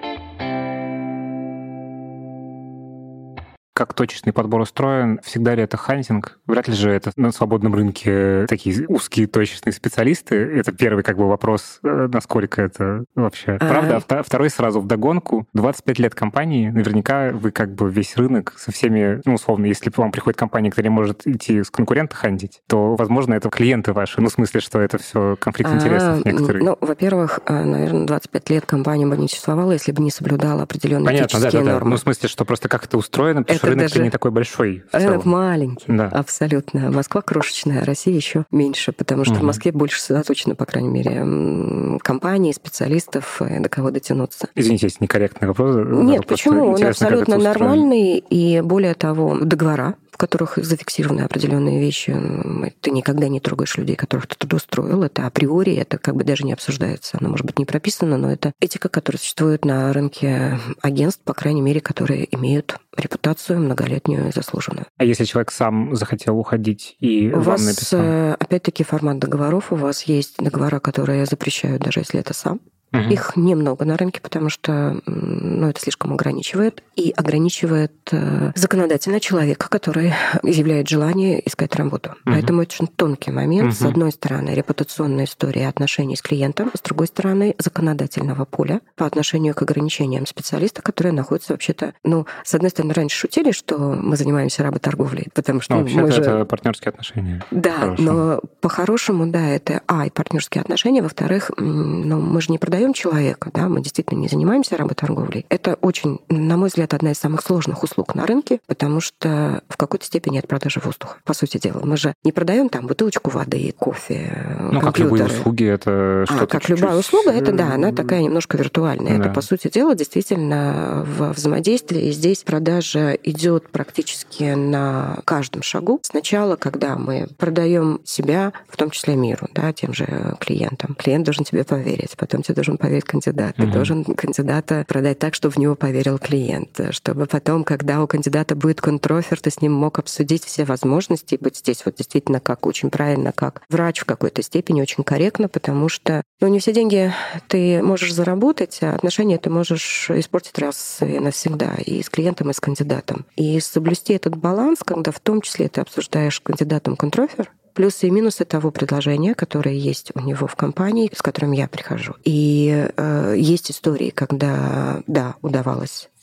Как точечный подбор устроен? Всегда ли это хантинг? Вряд ли же это на свободном рынке такие узкие точечные специалисты. Это первый вопрос, насколько это вообще правда. А второй сразу вдогонку. 25 лет компании, наверняка вы весь рынок со всеми, условно, если к вам приходит компания, которая может идти с конкурента хантить, то, возможно, это клиенты ваши. В смысле, что это все конфликт интересов некоторые. Во-первых, наверное, 25 лет компания бы не существовала, если бы не соблюдала определенные этические нормы. В смысле, что просто как это устроено, потому что рынок не такой большой. Рынок маленький, абсолютно. Москва крошечная, Россия еще меньше, потому что в Москве больше сосредоточено, по крайней мере, компаний, специалистов, до кого дотянуться. Извините, если некорректный вопрос. Нет, почему? Он абсолютно нормальный, и более того, договора, в которых зафиксированы определенные вещи. Ты никогда не трогаешь людей, которых ты трудоустроил. Это априори, это даже не обсуждается. Оно может быть не прописано, но это этика, которая существует на рынке агентств, по крайней мере, которые имеют репутацию многолетнюю и заслуженную. А если человек сам захотел уходить и вам написал? У вас, опять-таки, формат договоров. У вас есть договора, которые запрещают, даже если это сам. Их немного на рынке, потому что это слишком ограничивает. И ограничивает законодательно человека, который изъявляет желание искать работу. Поэтому это очень тонкий момент. С одной стороны, репутационная история отношений с клиентом, с другой стороны, законодательного поля по отношению к ограничениям специалиста, которые находятся вообще-то... с одной стороны, раньше шутили, что мы занимаемся работорговлей, потому что мы же... это партнерские отношения. Да, но по-хорошему, это и партнерские отношения, во-вторых, мы же не продаем человека, мы действительно не занимаемся работорговлей. Это очень, на мой взгляд, одна из самых сложных услуг на рынке, потому что в какой-то степени это продажа воздуха, по сути дела. Мы же не продаем бутылочку воды, кофе, компьютеры. Как любые услуги, это что-то как любая услуга, это она такая немножко виртуальная. Да. Это, по сути дела, действительно в взаимодействии. И здесь продажа идет практически на каждом шагу. Сначала, когда мы продаем себя, в том числе миру, тем же клиентам. Клиент должен тебе поверить, потом тебе должен поверить кандидат. Ты должен кандидата продать так, чтобы в него поверил клиент, чтобы потом, когда у кандидата будет контрофер, ты с ним мог обсудить все возможности и быть здесь действительно очень правильно, как врач в какой-то степени, очень корректно, потому что не все деньги ты можешь заработать, а отношения ты можешь испортить раз и навсегда и с клиентом, и с кандидатом. И соблюсти этот баланс, когда в том числе ты обсуждаешь с кандидатом контрофер, плюсы и минусы того предложения, которое есть у него в компании, с которым я прихожу. И есть истории, когда, удавалось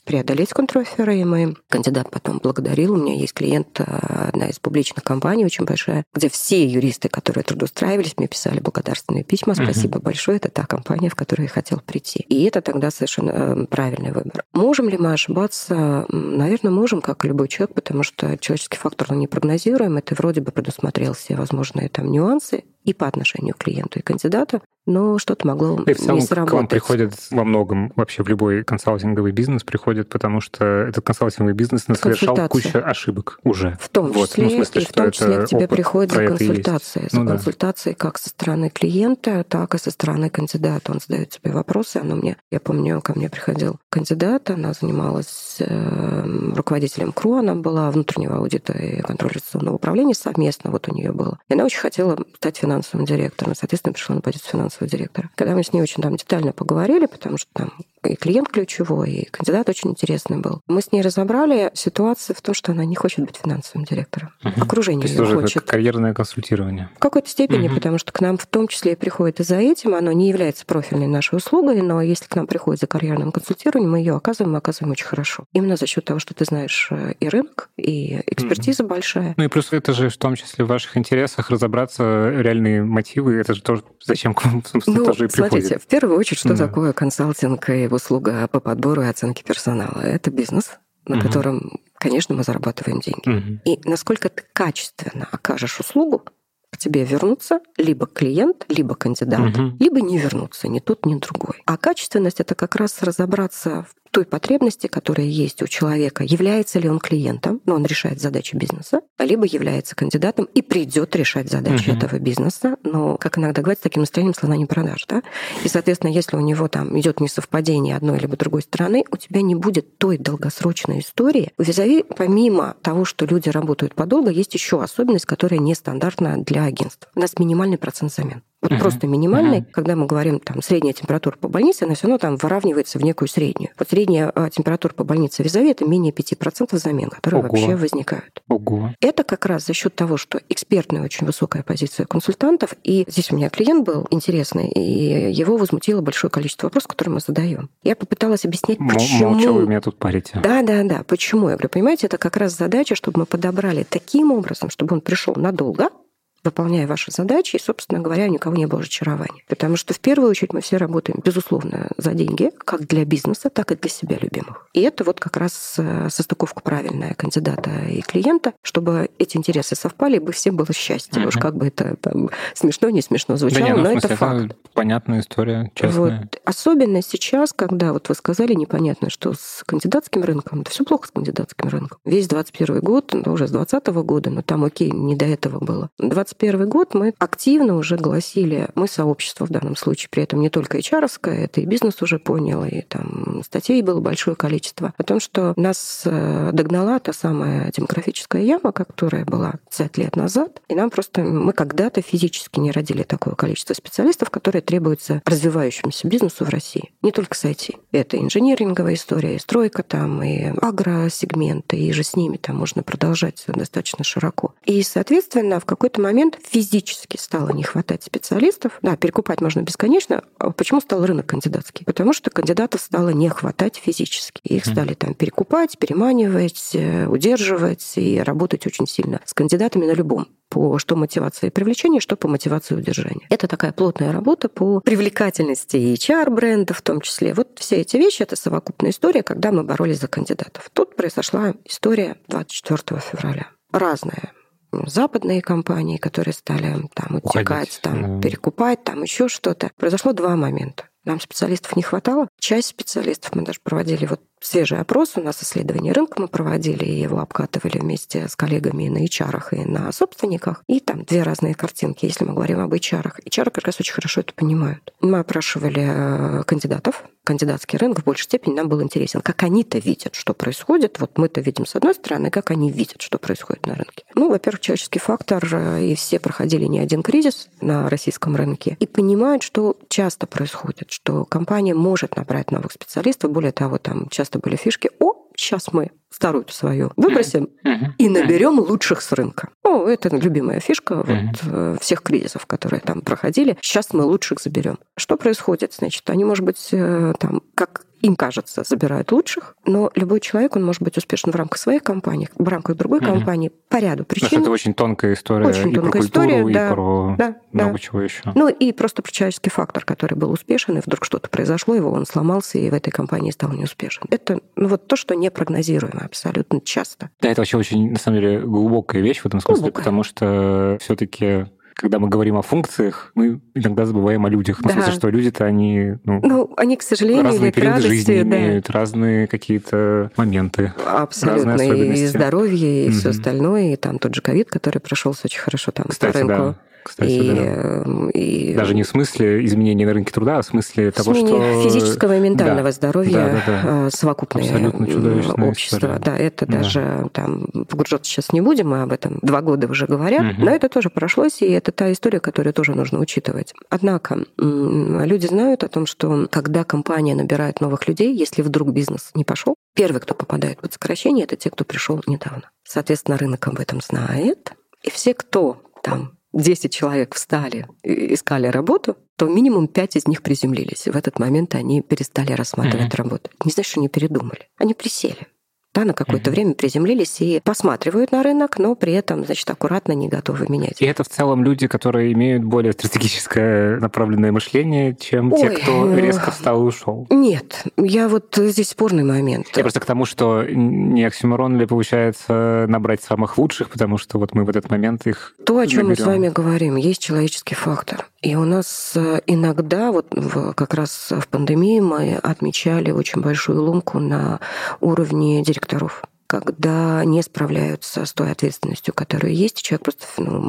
преодолеть контроферы, и мы кандидат потом благодарил. У меня есть клиент, одна из публичных компаний, очень большая, где все юристы, которые трудоустраивались, мне писали благодарственные письма. Спасибо большое, это та компания, в которую я хотел прийти. И это тогда совершенно правильный выбор. Можем ли мы ошибаться? Наверное, можем, как и любой человек, потому что человеческий фактор, он непрогнозируем. Это вроде бы предусмотрел все возможные там нюансы и по отношению к клиенту и кандидату, но что-то могло и в целом, не сработать. К вам приходят во многом, вообще в любой консалтинговый бизнес приходит, потому что этот консалтинговый бизнес совершал кучу ошибок уже. В том числе, в смысле, и в том числе к тебе приходит за консультацией. За консультацией как со стороны клиента, так и со стороны кандидата. Он задает тебе вопросы. Я помню, ко мне приходил кандидат, она занималась руководителем КРУ, она была внутреннего аудита и контроля инвестиционного управления совместно, вот у нее было. И она очень хотела стать финансовым директором, и, соответственно, пришла на позицию финансового директора. Когда мы с ней очень детально поговорили, потому что там и клиент ключевой, и кандидат очень интересный был, мы с ней разобрали ситуацию в том, что она не хочет быть финансовым директором. Окружение ее хочет. Это карьерное консультирование. В какой-то степени, потому что к нам в том числе и приходит и за этим. Оно не является профильной нашей услугой, но если к нам приходит за карьерным консультированием, мы ее оказываем очень хорошо. Именно за счет того, что ты знаешь и рынок, и экспертиза большая. Ну и плюс это же в том числе в ваших интересах разобраться реальные мотивы. Это же тоже зачем к вам, собственно, тоже и приходит. Смотрите, в первую очередь, что такое консалтинг и услуга по подбору и оценке персонала? Это бизнес, на котором, конечно, мы зарабатываем деньги. И насколько ты качественно окажешь услугу, к тебе вернутся либо клиент, либо кандидат, либо не вернутся ни тот, ни другой. А качественность — это как раз разобраться в той потребности, которая есть у человека, является ли он клиентом, но он решает задачи бизнеса, либо является кандидатом и придет решать задачи этого бизнеса, но, как иногда говорят, с таким настроением слона не продашь, да? И, соответственно, если у него там идет несовпадение одной либо другой стороны, у тебя не будет той долгосрочной истории. У визави, помимо того, что люди работают подолго, есть еще особенность, которая нестандартна для агентств. У нас минимальный процент замен. Вот просто минимальный, когда мы говорим, там, средняя температура по больнице, она все равно там выравнивается в некую среднюю. Вот средняя температура по больнице визави — это менее 5% замен, которые вообще возникают. Это как раз за счет того, что экспертная очень высокая позиция консультантов, и здесь у меня клиент был интересный, и его возмутило большое количество вопросов, которые мы задаем. Я попыталась объяснить, почему... Что вы меня тут парите? Да. Почему? Я говорю, понимаете, это как раз задача, чтобы мы подобрали таким образом, чтобы он пришел надолго, выполняя ваши задачи, и, собственно говоря, у никого не было разочарования. Потому что в первую очередь мы все работаем, безусловно, за деньги, как для бизнеса, так и для себя любимых. И это вот как раз состыковка правильная кандидата и клиента, чтобы эти интересы совпали, и всем было счастье. Уж как бы это там смешно, не смешно звучало, но это факт. Это понятная история, честная. Вот. Особенно сейчас, когда вот вы сказали, непонятно, что с кандидатским рынком, да все плохо с кандидатским рынком. Весь 21 год, уже с 20 года, но там окей, не до этого было. 21 год мы активно уже гласили, мы сообщество в данном случае, при этом не только HR-овское, это и бизнес уже понял, и там статей было большое количество, о том, что нас догнала та самая демографическая яма, которая была 50 лет назад, и нам просто, мы когда-то физически не родили такое количество специалистов, которые требуются развивающемуся бизнесу в России. Не только с IT. Это инженеринговая история, и стройка там, и агросегменты, и же с ними там можно продолжать достаточно широко. И, соответственно, в какой-то момент физически стало не хватать специалистов. Да, перекупать можно бесконечно. А почему стал рынок кандидатский? Потому что кандидатов стало не хватать физически. Их стали там перекупать, переманивать, удерживать и работать очень сильно с кандидатами на любом. По что мотивации привлечения, что по мотивации удержания. Это такая плотная работа по привлекательности и HR-бренда в том числе. Вот все эти вещи — это совокупная история, когда мы боролись за кандидатов. Тут произошла история 24 февраля. Разная. Западные компании, которые стали там утекать, там, перекупать, там еще что-то. Произошло два момента. Нам специалистов не хватало. Часть специалистов мы даже проводили вот свежий опрос, у нас исследование рынка мы проводили, и его обкатывали вместе с коллегами и на HR и на собственниках. И там две разные картинки, если мы говорим об HR. HR как раз очень хорошо это понимают. Мы опрашивали кандидатов. Кандидатский рынок в большей степени нам был интересен. Как они-то видят, что происходит. Вот мы-то видим с одной стороны, как они видят, что происходит на рынке. Ну, во-первых, человеческий фактор, и все проходили не один кризис на российском рынке, и понимают, что часто происходит, что компания может набрать новых специалистов. Более того, там часто были фишки: сейчас мы старую-то свою выбросим и наберем лучших с рынка. Ну, это любимая фишка всех кризисов, которые там проходили. Сейчас мы лучших заберем. Что происходит? Значит, они, может быть, там, как им кажется, забирают лучших, но любой человек, он может быть успешен в рамках своей компании, в рамках другой компании по ряду причин. Потому что это очень тонкая история. Очень тонкая про культуру, история, да, и про много чего еще. Ну и просто про человеческий фактор, который был успешен, и вдруг что-то произошло, он сломался, и в этой компании стал неуспешен. Это то, что непрогнозируемо абсолютно часто. Да, это вообще очень, на самом деле, глубокая вещь в этом смысле, потому что все-таки когда мы говорим о функциях, мы иногда забываем о людях. В смысле, что люди-то, они... они, к сожалению, разные периоды радости, жизни имеют, разные какие-то моменты. Абсолютно. И здоровье, и все остальное. И там тот же ковид, который прошелся очень хорошо там по рынку. Да. Кстати, и даже не в смысле изменения на рынке труда, а в смысле того, что... физического и ментального здоровья, совокупное абсолютно чудовищное общество. История. Да, это даже там погружаться сейчас не будем, мы об этом 2 года уже говорят, но это тоже прошлось, и это та история, которую тоже нужно учитывать. Однако люди знают о том, что когда компания набирает новых людей, если вдруг бизнес не пошел, первый, кто попадает под сокращение, это те, кто пришел недавно. Соответственно, рынок об этом знает, и все, кто там 10 человек встали и искали работу, то минимум 5 из них приземлились. И в этот момент они перестали рассматривать работу. Не значит, что они передумали. Они присели. Да, на какое-то время приземлились и посматривают на рынок, но при этом, значит, аккуратно не готовы менять. И это в целом люди, которые имеют более стратегическое направленное мышление, чем те, кто резко встал и ушел. Нет, я здесь спорный момент. Я просто к тому, что не оксюморон ли получается набрать самых лучших, потому что мы в этот момент их То, о чем мы с вами говорим, есть человеческий фактор. И у нас иногда, как раз в пандемии, мы отмечали очень большую ломку на уровне директоров, когда не справляются с той ответственностью, которая есть, и человек просто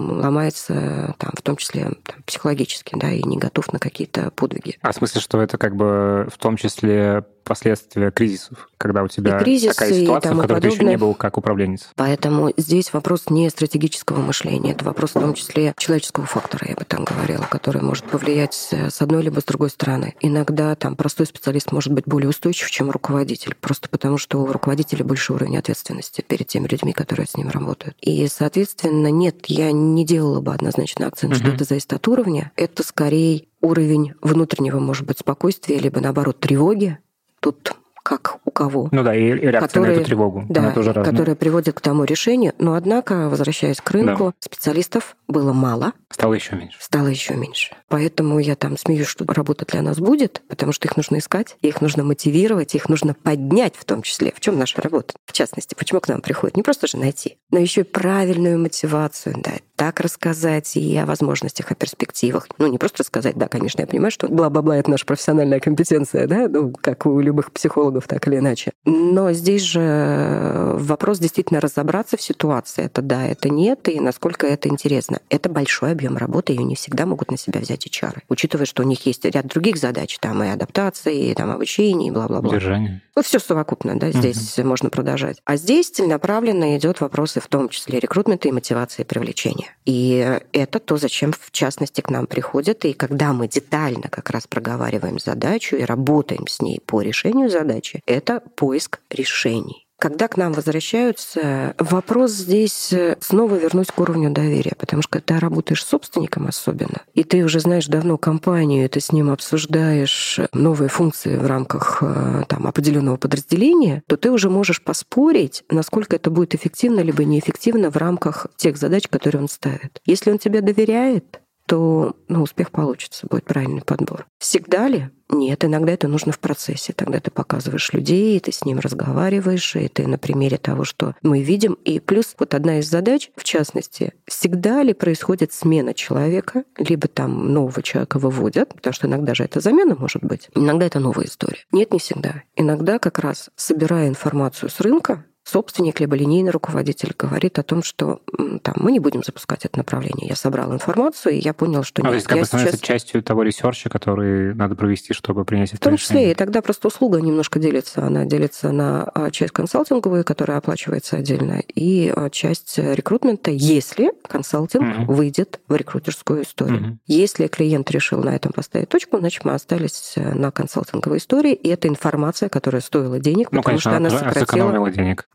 ломается, в том числе психологически, и не готов на какие-то подвиги. А в смысле, что это в том числе последствия кризисов, когда у тебя такая ситуация, в которой ты еще не был как управленец. Поэтому здесь вопрос не стратегического мышления, это вопрос в том числе человеческого фактора, я бы там говорила, который может повлиять с одной либо с другой стороны. Иногда простой специалист может быть более устойчив, чем руководитель, просто потому что у руководителя больше уровень ответственности перед теми людьми, которые с ним работают. И, соответственно, нет, я не делала бы однозначно акцент, что это зависит от уровня. Это скорее уровень внутреннего, может быть, спокойствия, либо, наоборот, тревоги. Тут как у кого. И реакция на эту тревогу. Да, которая приводит к тому решению. Но, однако, возвращаясь к рынку, специалистов было мало. Стало еще меньше. Поэтому я смеюсь, что работа для нас будет, потому что их нужно искать, их нужно мотивировать, их нужно поднять в том числе. В чем наша работа? В частности, почему к нам приходят? Не просто же найти, но еще и правильную мотивацию дать, так рассказать и о возможностях, о перспективах. Не просто рассказать, да, конечно, я понимаю, что бла-бла-бла — это наша профессиональная компетенция, да, как у любых психологов, так или иначе. Но здесь же вопрос действительно разобраться в ситуации. Это да, это нет, и насколько это интересно. Это большой объем работы, ее не всегда могут на себя взять HR, учитывая, что у них есть ряд других задач, и адаптации, и обучение, и бла-бла-бла. Удержание. Все совокупно, да, здесь можно продолжать. А здесь целенаправленно идет вопросы, в том числе рекрутмента и мотивации привлечения. И это то, зачем, в частности, к нам приходят. И когда мы детально как раз проговариваем задачу и работаем с ней по решению задачи, это поиск решений. Когда к нам возвращаются, вопрос здесь снова вернусь к уровню доверия, потому что когда работаешь с собственником особенно, и ты уже знаешь давно компанию, ты с ним обсуждаешь новые функции в рамках определенного подразделения, то ты уже можешь поспорить, насколько это будет эффективно либо неэффективно в рамках тех задач, которые он ставит. Если он тебе доверяет, то успех получится, будет правильный подбор. Всегда ли? Нет, иногда это нужно в процессе. Тогда ты показываешь людей, ты с ним разговариваешь, и ты на примере того, что мы видим. И плюс одна из задач, в частности, всегда ли происходит смена человека, либо нового человека выводят, потому что иногда же это замена может быть, иногда это новая история. Нет, не всегда. Иногда как раз, собирая информацию с рынка, собственник либо линейный руководитель говорит о том, что мы не будем запускать это направление. Я собрал информацию, и я понял, что нет. То есть становится частью того ресерча, который надо провести, чтобы принять это решение. В том числе, и тогда просто услуга немножко делится. Она делится на часть консалтинговую, которая оплачивается отдельно, и часть рекрутмента, если консалтинг выйдет в рекрутерскую историю. Если клиент решил на этом поставить точку, значит, мы остались на консалтинговой истории, и это информация, которая стоила денег, потому что она сократила... сэкономила денег.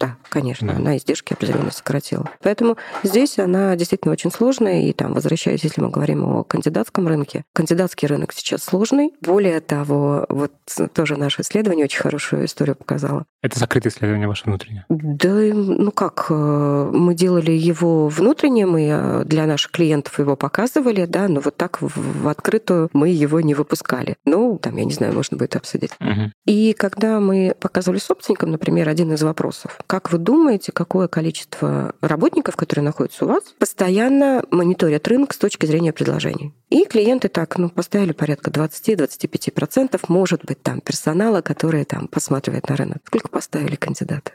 Да, конечно, она издержки определенно сократила. Поэтому здесь она действительно очень сложная. И там, возвращаясь, если мы говорим о кандидатском рынке, кандидатский рынок сейчас сложный. Более того, вот тоже наше исследование очень хорошую историю показало. Это закрытое исследование ваше внутреннее? Да, ну как, мы делали его внутренне, мы для наших клиентов его показывали, да, но вот так в открытую мы его не выпускали. Ну, там, я не знаю, можно будет обсудить. И когда мы показывали собственникам, например, один из вопросов, как вы думаете, какое количество работников, которые находятся у вас, постоянно мониторят рынок с точки зрения предложений? И клиенты так, поставили порядка 20-25%, может быть, там персонала, который там посматривает на рынок. Сколько поставили кандидаты?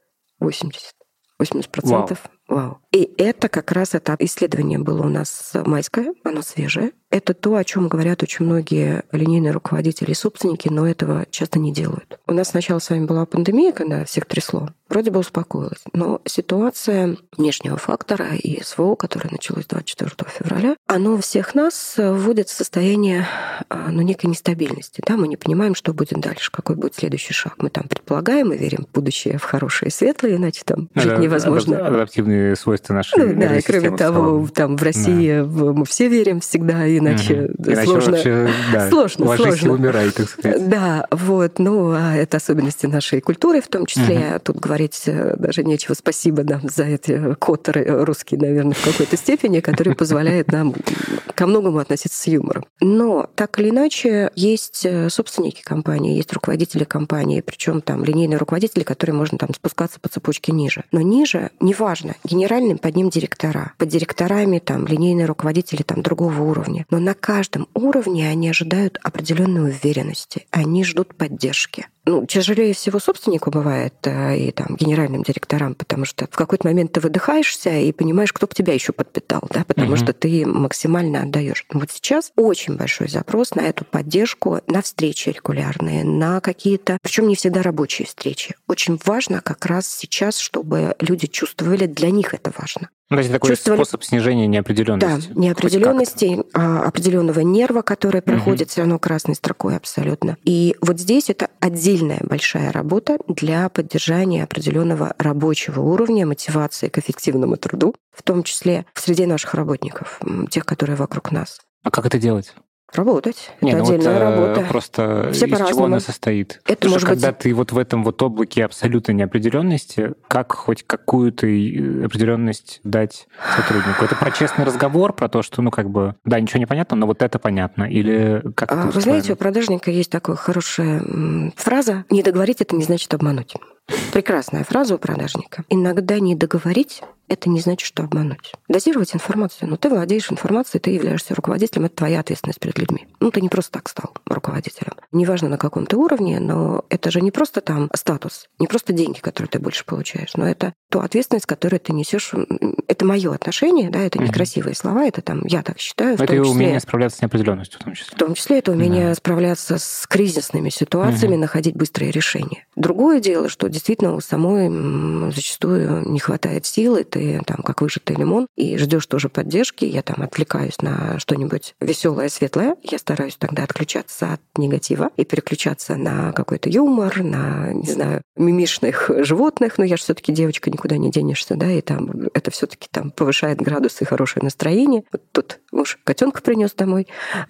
80%. Вау. И это как раз это исследование было у нас майское, оно свежее. Это то, о чем говорят очень многие линейные руководители и собственники, но этого часто не делают. У нас сначала с вами была пандемия, когда всех трясло. Вроде бы успокоилась. Но ситуация внешнего фактора и СВО, которое началось 24 февраля, оно всех нас вводит в состояние некой нестабильности. Да? Мы не понимаем, что будет дальше, какой будет следующий шаг. Мы там предполагаем и верим в будущее, в хорошее и светлое, иначе там жить невозможно. Адаптивные свойства нашей да, и кроме того, там в России мы все верим всегда, иначе сложно. Вообще, ложись и умирай, так сказать. Да, вот. Это особенности нашей культуры в том числе. Тут говорить даже нечего. Спасибо нам за эти котеры русские, наверное, в какой-то степени, которые позволяют нам ко многому относиться с юмором. Но так или иначе, есть собственники компании, есть руководители компании, причем там линейные руководители, которые можно там спускаться по цепочке ниже. Но ниже, неважно, генеральным под ним директора, под директорами там линейные руководители там другого уровня. Но на каждом уровне они ожидают определенной уверенности, они ждут поддержки. Тяжелее всего собственнику бывает и там генеральным директорам, потому что в какой-то момент ты выдыхаешься и понимаешь, кто бы тебя еще подпитал, да, потому что ты максимально отдаешь. Вот сейчас очень большой запрос на эту поддержку, на встречи регулярные, на какие-то, причем не всегда рабочие встречи. Очень важно как раз сейчас, чтобы люди чувствовали, для них это важно. То есть такой способ снижения неопределенности. Да, неопределенности, определенного нерва, который проходит все равно красной строкой абсолютно. И вот здесь это отдельная большая работа для поддержания определенного рабочего уровня, мотивации к эффективному труду, в том числе в среде наших работников, тех, которые вокруг нас. А как это делать? Работать. Это отдельная работа. Просто все из чего она состоит? Это Потому может что когда быть... ты вот в этом вот облаке абсолютной неопределенности, как хоть какую-то определенность дать сотруднику? Это про честный разговор, про то, что, да, ничего не понятно, но вот это понятно? Или как это устроено? Вы знаете, у продажника есть такая хорошая фраза: «Не договорить — это не значит обмануть». Прекрасная фраза у продажника. Иногда не договорить — это не значит, что обмануть. Дозировать информацию. Ты владеешь информацией, ты являешься руководителем, это твоя ответственность перед людьми. Ты не просто так стал руководителем. Неважно, на каком ты уровне, но это же не просто там статус, не просто деньги, которые ты больше получаешь, но это ту ответственность, которую ты несешь. Это мое отношение, да, это некрасивые слова, это там я так считаю. Это и умение справляться с неопределенностью в том числе. В том числе это умение справляться с кризисными ситуациями, находить быстрые решения. Другое дело, что действительно у самой зачастую не хватает силы, ты там как выжатый лимон, и ждешь тоже поддержки. Я там отвлекаюсь на что-нибудь веселое, светлое. Я стараюсь тогда отключаться от негатива и переключаться на какой-то юмор, на, не знаю, мимишных животных. Но я же все-таки девочка, никуда не денешься, да, и там это все-таки там повышает градус и хорошее настроение. Вот тут муж котенка принес домой.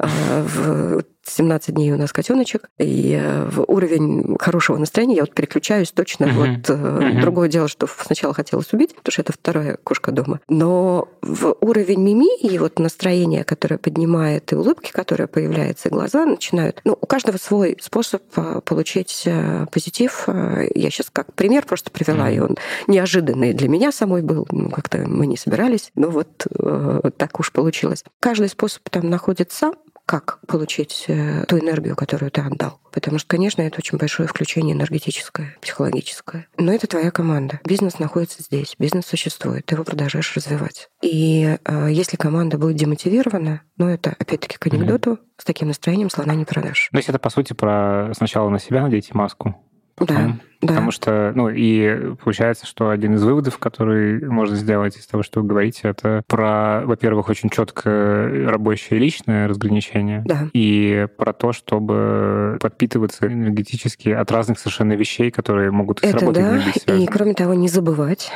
В 17 дней у нас котеночек, и в уровень хорошего настроения я переключаюсь точно. Другое дело, что сначала хотелось убить, потому что это вторая кошка дома. Но в уровень мими и настроение, которое поднимает, и улыбки, которые появляются, и глаза начинают... у каждого свой способ получить позитив. Я сейчас как пример просто привела, и он неожиданный для меня самой был. Как-то мы не собирались, но так уж получилось. Каждый способ там находится, как получить ту энергию, которую ты отдал. Потому что, конечно, это очень большое включение энергетическое, психологическое. Но это твоя команда. Бизнес находится здесь, бизнес существует, ты его продолжаешь развивать. И если команда будет демотивирована, это, опять-таки, к анекдоту, с таким настроением слона не продашь. То есть это, по сути, про сначала на себя надеть маску, потом Да. Потому что, и получается, что один из выводов, который можно сделать из того, что вы говорите, это про, во-первых, очень четкое рабочее и личное разграничение, Да. и про то, чтобы подпитываться энергетически от разных совершенно вещей, которые могут с работой не быть связаны. И кроме того, не забывать,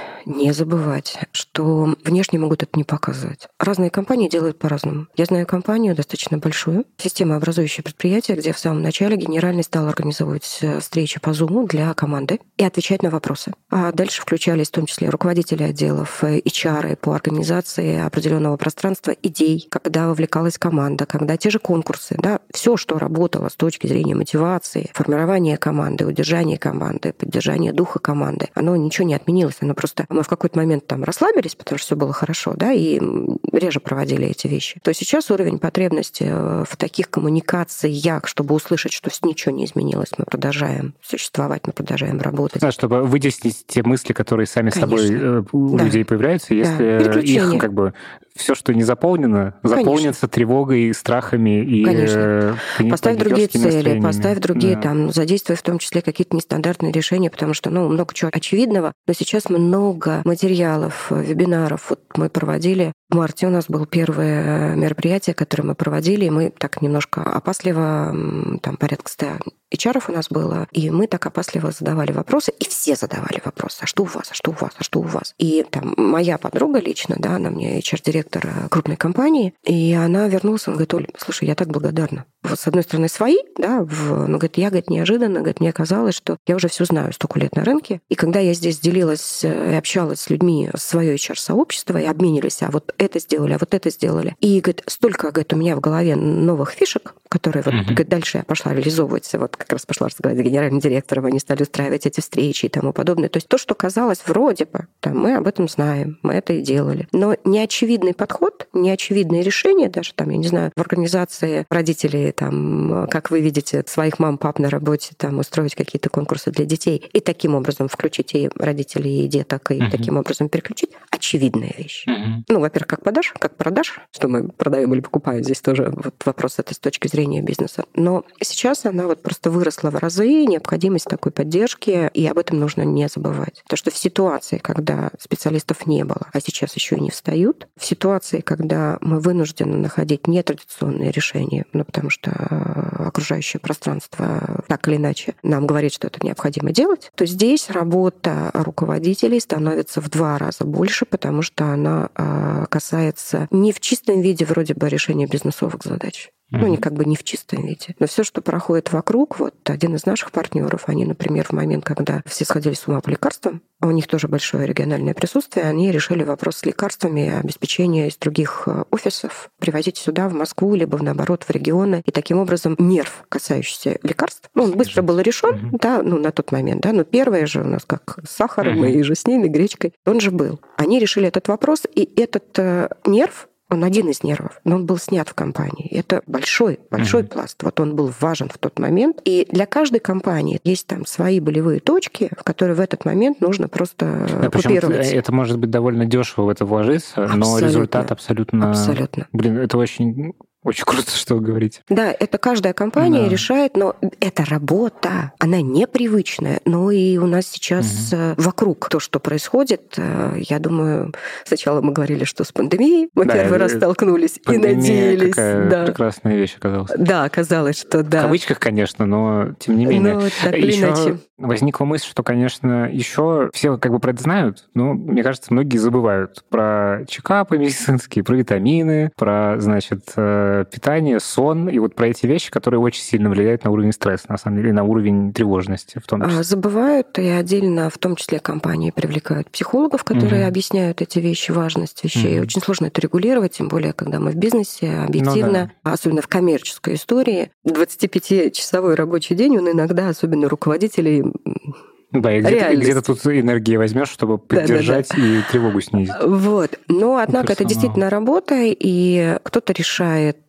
что внешне могут это не показывать. Разные компании делают по-разному. Я знаю компанию достаточно большую, системообразующее предприятие, где в самом начале генеральный стал организовывать встречи по Zoom для команды и отвечать на вопросы. А дальше включались в том числе руководители отделов, HR по организации определенного пространства, идей, когда вовлекалась команда, когда те же конкурсы, да, все, что работало с точки зрения мотивации, формирования команды, удержания команды, поддержания духа команды, оно ничего не отменилось. Оно просто мы в какой-то момент там расслабились, потому что все было хорошо, да, и реже проводили эти вещи. То сейчас уровень потребности в таких коммуникациях, чтобы услышать, что ничего не изменилось, мы продолжаем существовать, мы продолжаем работать. Да, чтобы вытеснить те мысли, которые сами собой у людей появляются, если их как бы все, что не заполнено, заполнится тревогой, страхами и поставь другие цели, поставь другие там, задействуй в том числе какие-то нестандартные решения, потому что много чего очевидного, но сейчас много материалов, вебинаров. Вот мы проводили в марте, у нас было первое мероприятие, которое мы проводили, и мы так немножко опасливо, там порядка 100 HR у нас было, и мы так опасливо задавали вопросы, и все задавали вопросы: а что у вас, а что у вас, а что у вас? И там моя подруга лично, да, она мне HR-директор крупной компании, и она вернулась, она говорит: Оль, слушай, я так благодарна. Вот с одной стороны свои, да, но, говорит, я, неожиданно, мне казалось, что я уже все знаю столько лет на рынке, и когда я здесь делилась и общалась с людьми, свое HR-сообщество, и обменились, а вот это сделали, а вот это сделали. И, говорит, столько, говорит, у меня в голове новых фишек, которые вот, говорит, дальше я пошла реализовывать, вот как раз пошла разговаривать с генеральным директором, они стали устраивать эти встречи и тому подобное. То есть то, что казалось вроде бы, там, мы об этом знаем, мы это и делали. Но неочевидный подход, неочевидные решения, даже там, я не знаю, в организации родителей, там, как вы видите, своих мам, пап на работе, там, устроить какие-то конкурсы для детей и таким образом включить и родителей, и деток, и таким образом переключить, очевидная вещь. Во-первых, как продаж, что мы продаем или покупаем, здесь тоже вот вопрос этой с точки зрения бизнеса. Но сейчас она вот просто выросла в разы, необходимость такой поддержки, и об этом нужно не забывать. То, что в ситуации, когда специалистов не было, а сейчас еще и не встают, в ситуации, когда мы вынуждены находить нетрадиционные решения, потому что окружающее пространство так или иначе нам говорит, что это необходимо делать, то здесь работа руководителей становится в 2 раза больше, потому что она касается не в чистом виде вроде бы решения бизнесовых задач. Не в чистом виде. Но все, что проходит вокруг, вот один из наших партнеров, они, например, в момент, когда все сходили с ума по лекарствам, а у них тоже большое региональное присутствие, они решили вопрос с лекарствами, обеспечение из других офисов, привозить сюда, в Москву, либо, наоборот, в регионы. И таким образом нерв, касающийся лекарств, он быстро был решен, да, на тот момент, да, но первое же у нас как с сахаром и же с ними, гречкой, он же был. Они решили этот вопрос, и этот нерв, он один из нервов, но он был снят в компании. Это большой пласт. Вот он был важен в тот момент. И для каждой компании есть там свои болевые точки, в которые в этот момент нужно просто купировать. Это может быть довольно дешево в это вложиться, но результат абсолютно... Блин, это очень круто, что вы говорите. Да, это каждая компания решает, но это работа, она непривычная. Но и у нас сейчас вокруг то, что происходит, я думаю, сначала мы говорили, что с пандемией мы первый раз столкнулись и надеялись. Какая прекрасная вещь оказалась. Да, оказалось, что да. В кавычках, конечно, но тем не менее. Так или иначе. Возникла мысль, что, конечно, еще все как бы про это знают, но, мне кажется, многие забывают про чекапы медицинские, про витамины, про, значит, питание, сон, и вот про эти вещи, которые очень сильно влияют на уровень стресса, на самом деле, и на уровень тревожности в том числе. Забывают, и отдельно, в том числе, компании привлекают психологов, которые объясняют эти вещи, важность вещей. Очень сложно это регулировать, тем более, когда мы в бизнесе, объективно, особенно в коммерческой истории. 25-часовой рабочий день, он иногда, особенно руководителей, да, и где-то тут энергии возьмешь, чтобы поддержать и тревогу снизить. Вот. Но, однако, это действительно работа, и кто-то решает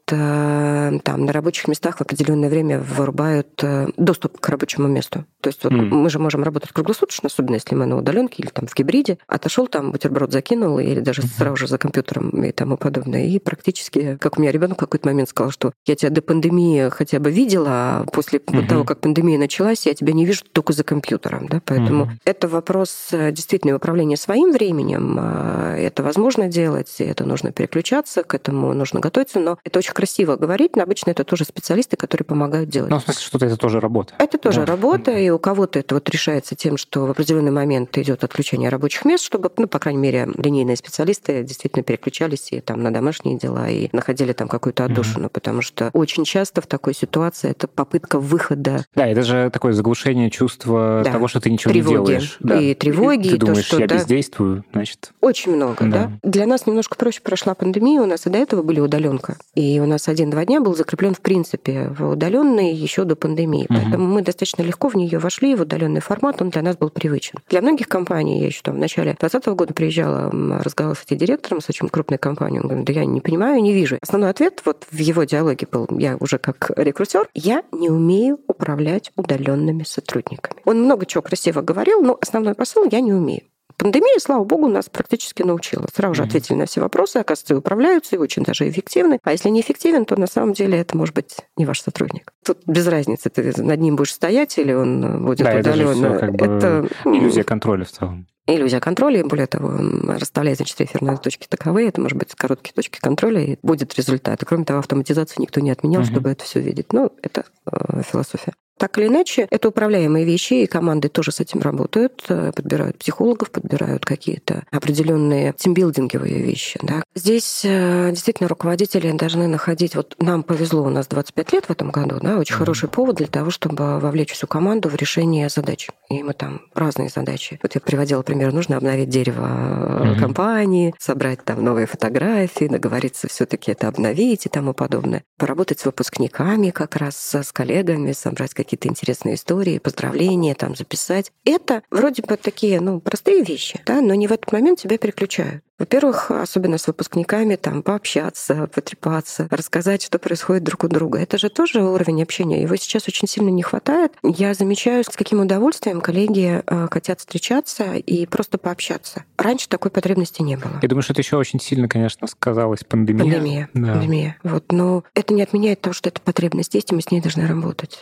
там на рабочих местах в определенное время вырубают доступ к рабочему месту. То есть вот мы же можем работать круглосуточно, особенно если мы на удаленке или там в гибриде. Отошел там, бутерброд закинул, или даже сразу же за компьютером и тому подобное. И практически, как у меня ребенок в какой-то момент сказал, что я тебя до пандемии хотя бы видела, а после того, как пандемия началась, я тебя не вижу только за компьютером. Да? Поэтому это вопрос действительно управления своим временем. Это возможно делать, и это нужно переключаться, к этому нужно готовиться. Но это очень красиво говорить, но обычно это тоже специалисты, которые помогают делать. Ну, в смысле, что это тоже работа. Это тоже работа, и у кого-то это вот решается тем, что в определенный момент идет отключение рабочих мест, чтобы, ну, по крайней мере, линейные специалисты действительно переключались и там на домашние дела, и находили там какую-то отдушину, потому что очень часто в такой ситуации это попытка выхода. Да, это же такое заглушение чувства того, что ты ничего не делаешь. И тревоги, ты и думаешь, то, что... я бездействую, значит... Очень много, да. Для нас немножко проще прошла пандемия, у нас и до этого были удаленка. И у нас 1-2 дня был закреплен в принципе в удаленный еще до пандемии. Поэтому мы достаточно легко в нее вошли, в удаленный формат, он для нас был привычен. Для многих компаний, я еще там в начале 2020 года приезжала, разговаривала с IT-директором, с очень крупной компанией, он говорит, да я не понимаю, не вижу. Основной ответ вот в его диалоге был, я уже как рекрутер, я не умею управлять удаленными сотрудниками. Он много чего красиво говорил, но основной посыл я не умею. Пандемия, слава богу, нас практически научила. Сразу же ответили на все вопросы, оказывается, и управляются, и очень даже эффективны. А если не эффективен, то на самом деле это может быть не ваш сотрудник. Тут без разницы, ты над ним будешь стоять или он будет удаленно. Это иллюзия контроля в целом. Иллюзия контроля, и более того, расставляя на 4 эфирные точки таковые, это может быть короткие точки контроля, и будет результат. И кроме того, автоматизацию никто не отменял, чтобы это все видеть. Ну, это философия. Так или иначе, это управляемые вещи, и команды тоже с этим работают, подбирают психологов, подбирают какие-то определенные тимбилдинговые вещи. Да. Здесь действительно руководители должны находить... Вот нам повезло, у нас 25 лет в этом году, да, очень хороший повод для того, чтобы вовлечь всю команду в решение задач. И мы там разные задачи. Вот я приводила пример, нужно обновить дерево компании, собрать там новые фотографии, договориться все-таки это обновить и тому подобное. Поработать с выпускниками как раз, с коллегами, собрать какие-то интересные истории, поздравления там записать. Это вроде бы такие, простые вещи, да, но не в этот момент тебя переключают. Во-первых, особенно с выпускниками, там, пообщаться, потрепаться, рассказать, что происходит друг у друга. Это же тоже уровень общения. Его сейчас очень сильно не хватает. Я замечаю, с каким удовольствием коллеги хотят встречаться и просто пообщаться. Раньше такой потребности не было. Я думаю, что это еще очень сильно, конечно, сказалась пандемия. Пандемия. Вот. Но это не отменяет того, что эта потребность есть, и мы с ней должны работать.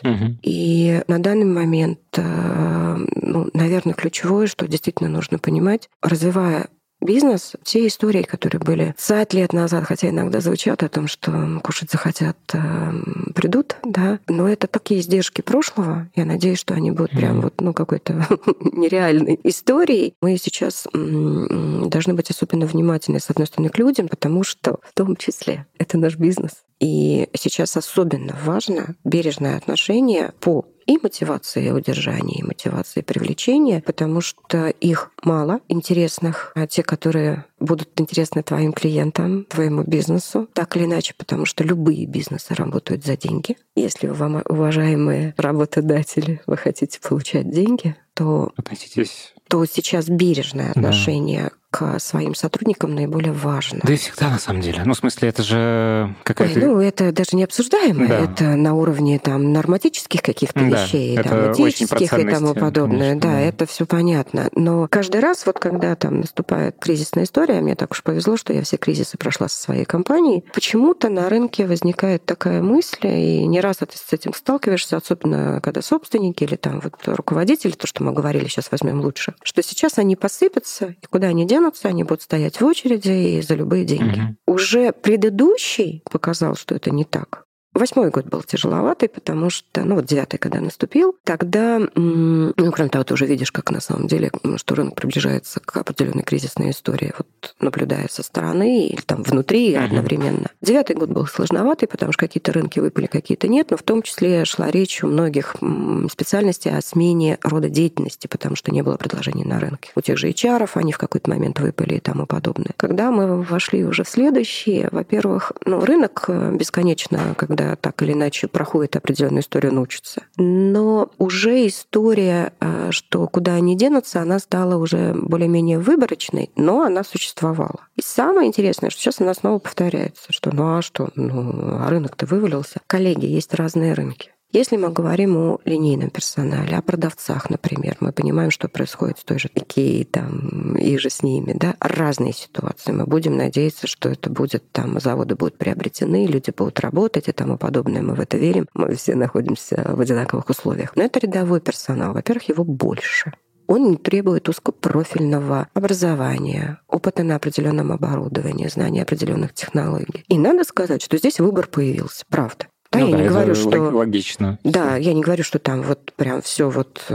И на данный момент, наверное, ключевое, что действительно нужно понимать, развивая бизнес, те истории, которые были 50 лет назад, хотя иногда звучат о том, что кушать захотят, придут, да, но это такие издержки прошлого. Я надеюсь, что они будут прям какой-то нереальной историей. Мы сейчас должны быть особенно внимательны, с одной стороны, к людям, потому что в том числе это наш бизнес. И сейчас особенно важно бережное отношение по и мотивации удержания, и мотивации привлечения, потому что их мало интересных, а те, которые будут интересны твоим клиентам, твоему бизнесу, так или иначе, потому что любые бизнесы работают за деньги. Если вы, уважаемые работодатели, вы хотите получать деньги, то сейчас бережное отношение к своим сотрудникам наиболее важно. Да и всегда, на самом деле. В смысле, это же какая-то... это даже не обсуждаемо. Да. Это на уровне там норматических каких-то вещей, там, этических и тому подобное. Конечно, это все понятно. Но каждый раз, когда там наступает кризисная история, мне так уж повезло, что я все кризисы прошла со своей компанией, почему-то на рынке возникает такая мысль, и не раз ты с этим сталкиваешься, особенно когда собственники или там руководители, то, что мы говорили, сейчас возьмем лучше, что сейчас они посыпятся, и куда они денутся, они будут стоять в очереди и за любые деньги. Уже предыдущий показал, что это не так. 8-й год был тяжеловатый, потому что, 9-й, когда наступил, тогда, кроме того, ты уже видишь, как на самом деле, что рынок приближается к определенной кризисной истории, наблюдая со стороны или там внутри одновременно. 9-й год был сложноватый, потому что какие-то рынки выпали, какие-то нет, но в том числе шла речь у многих специальностей о смене рода деятельности, потому что не было предложений на рынке. У тех же HR-ов они в какой-то момент выпали и тому подобное. Когда мы вошли уже в следующий, во-первых, рынок бесконечно, когда да, так или иначе проходит определенную историю, научатся. Но уже история, что куда они денутся, она стала уже более-менее выборочной, но она существовала. И самое интересное, что сейчас она снова повторяется, что а рынок-то вывалился. Коллеги, есть разные рынки. Если мы говорим о линейном персонале, о продавцах, например, мы понимаем, что происходит с той же Икеей, там, и же с ними, да, разные ситуации. Мы будем надеяться, что это будет, там, заводы будут приобретены, люди будут работать и тому подобное. Мы в это верим, мы все находимся в одинаковых условиях. Но это рядовой персонал. Во-первых, его больше. Он не требует узкопрофильного образования, опыта на определенном оборудовании, знания определенных технологий. И надо сказать, что здесь выбор появился, правда. Да, я не говорю, что логично. Да, я не говорю, что там вот прям все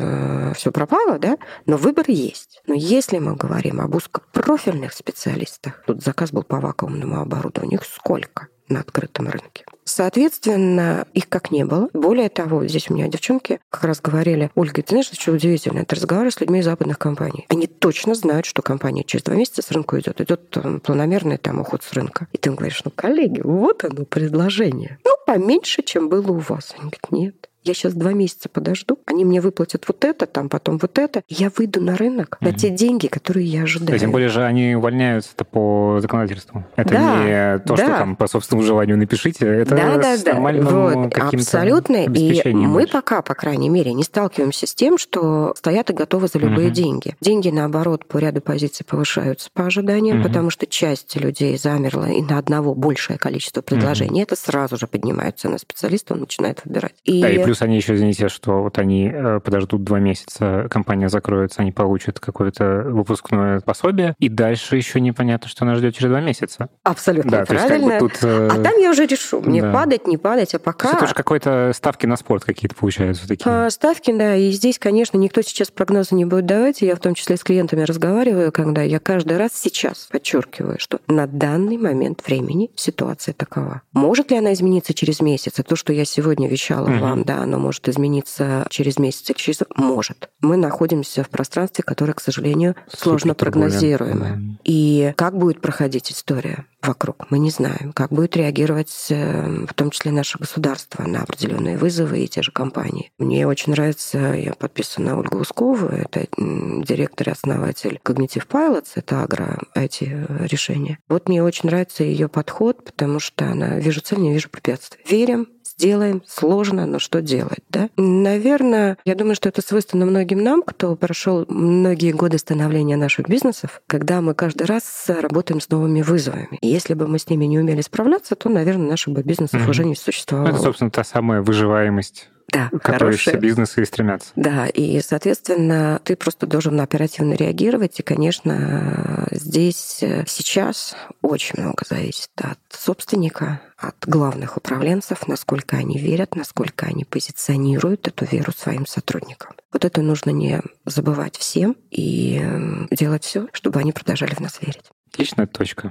пропало, да, но выбор есть. Но если мы говорим об узкопрофильных специалистах, тут заказ был по вакуумному оборудованию, их сколько на открытом рынке? Соответственно, их как не было. Более того, здесь у меня девчонки как раз говорили: Ольга, ты знаешь, что удивительно? Ты разговариваешь с людьми из западных компаний. Они точно знают, что компания через 2 месяца с рынка идет. Идет планомерный там уход с рынка. И ты им говоришь: коллеги, вот оно предложение. Поменьше, чем было у вас. Они говорят: нет. Я сейчас 2 месяца подожду, они мне выплатят вот это, там потом вот это. Я выйду на рынок на те деньги, которые я ожидаю. Тем более же они увольняются-то по законодательству. Это не то, что там по собственному желанию напишите, это с нормальным каким-то абсолютно. И мы больше. пока, по крайней мере, не сталкиваемся с тем, что стоят и готовы за любые деньги. Деньги, наоборот, по ряду позиций повышаются по ожиданиям, потому что часть людей замерла, и на одного большее количество предложений. Это сразу же поднимает цену специалиста, он начинает выбирать. Да, и плюс они еще, извините, что вот они подождут 2 месяца, компания закроется, они получат какое-то выпускное пособие, и дальше еще непонятно, что нас ждет через 2 месяца. Абсолютно да, правильно. То есть, как бы тут, а там я уже решу, мне падать, не падать, а пока... То есть это уже какой-то ставки на спорт какие-то получаются такие. Ставки, да, и здесь, конечно, никто сейчас прогнозы не будет давать, и я в том числе с клиентами разговариваю, когда я каждый раз сейчас подчеркиваю, что на данный момент времени ситуация такова. Может ли она измениться через месяц? И то, что я сегодня вещала вам, да, оно может измениться через месяц или через... Может. Мы находимся в пространстве, которое, к сожалению, сложно прогнозируемо. И как будет проходить история вокруг, мы не знаем. Как будет реагировать, в том числе, наше государство на определенные вызовы и те же компании. Мне очень нравится, я подписана на Ольгу Ускову, это директор и основатель Cognitive Pilots, это агро-IT-решение. Вот мне очень нравится ее подход, потому что она вижу цель, не вижу препятствий. Верим, сделаем, сложно, но что делать, да? Наверное, я думаю, что это свойственно многим нам, кто прошел многие годы становления наших бизнесов, когда мы каждый раз работаем с новыми вызовами. И если бы мы с ними не умели справляться, то, наверное, наших бы бизнесов уже не существовало. Это, собственно, та самая выживаемость, да, к которой все бизнесы и стремятся. Да, и, соответственно, ты просто должен оперативно реагировать. И, конечно, здесь сейчас очень много зависит от собственника, от главных управленцев, насколько они верят, насколько они позиционируют эту веру своим сотрудникам. Вот это нужно не забывать всем и делать все, чтобы они продолжали в нас верить. Отличная точка.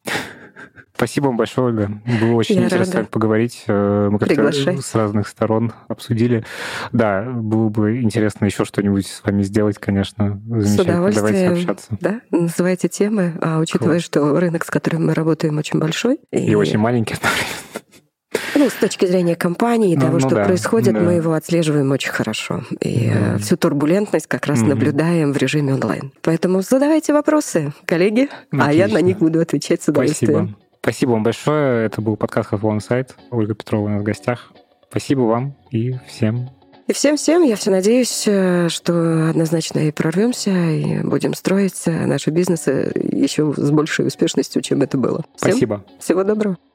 Спасибо вам большое, Ольга. Было очень интересно поговорить. Мы как-то с разных сторон обсудили. Да, было бы интересно еще что-нибудь с вами сделать, конечно. С удовольствием. Давайте общаться. Да, называйте темы, учитывая, что рынок, с которым мы работаем, очень большой. И очень маленький. С точки зрения компании и того, что происходит, мы его отслеживаем очень хорошо. И всю турбулентность как раз наблюдаем в режиме онлайн. Поэтому задавайте вопросы, коллеги, а я на них буду отвечать с удовольствием. Спасибо вам большое. Это был подкаст HealthOne Insight. Ольга Петрова у нас в гостях. Спасибо вам и всем. И всем-всем, я все надеюсь, что однозначно и прорвемся, и будем строить наши бизнесы еще с большей успешностью, чем это было. Спасибо. Всего доброго.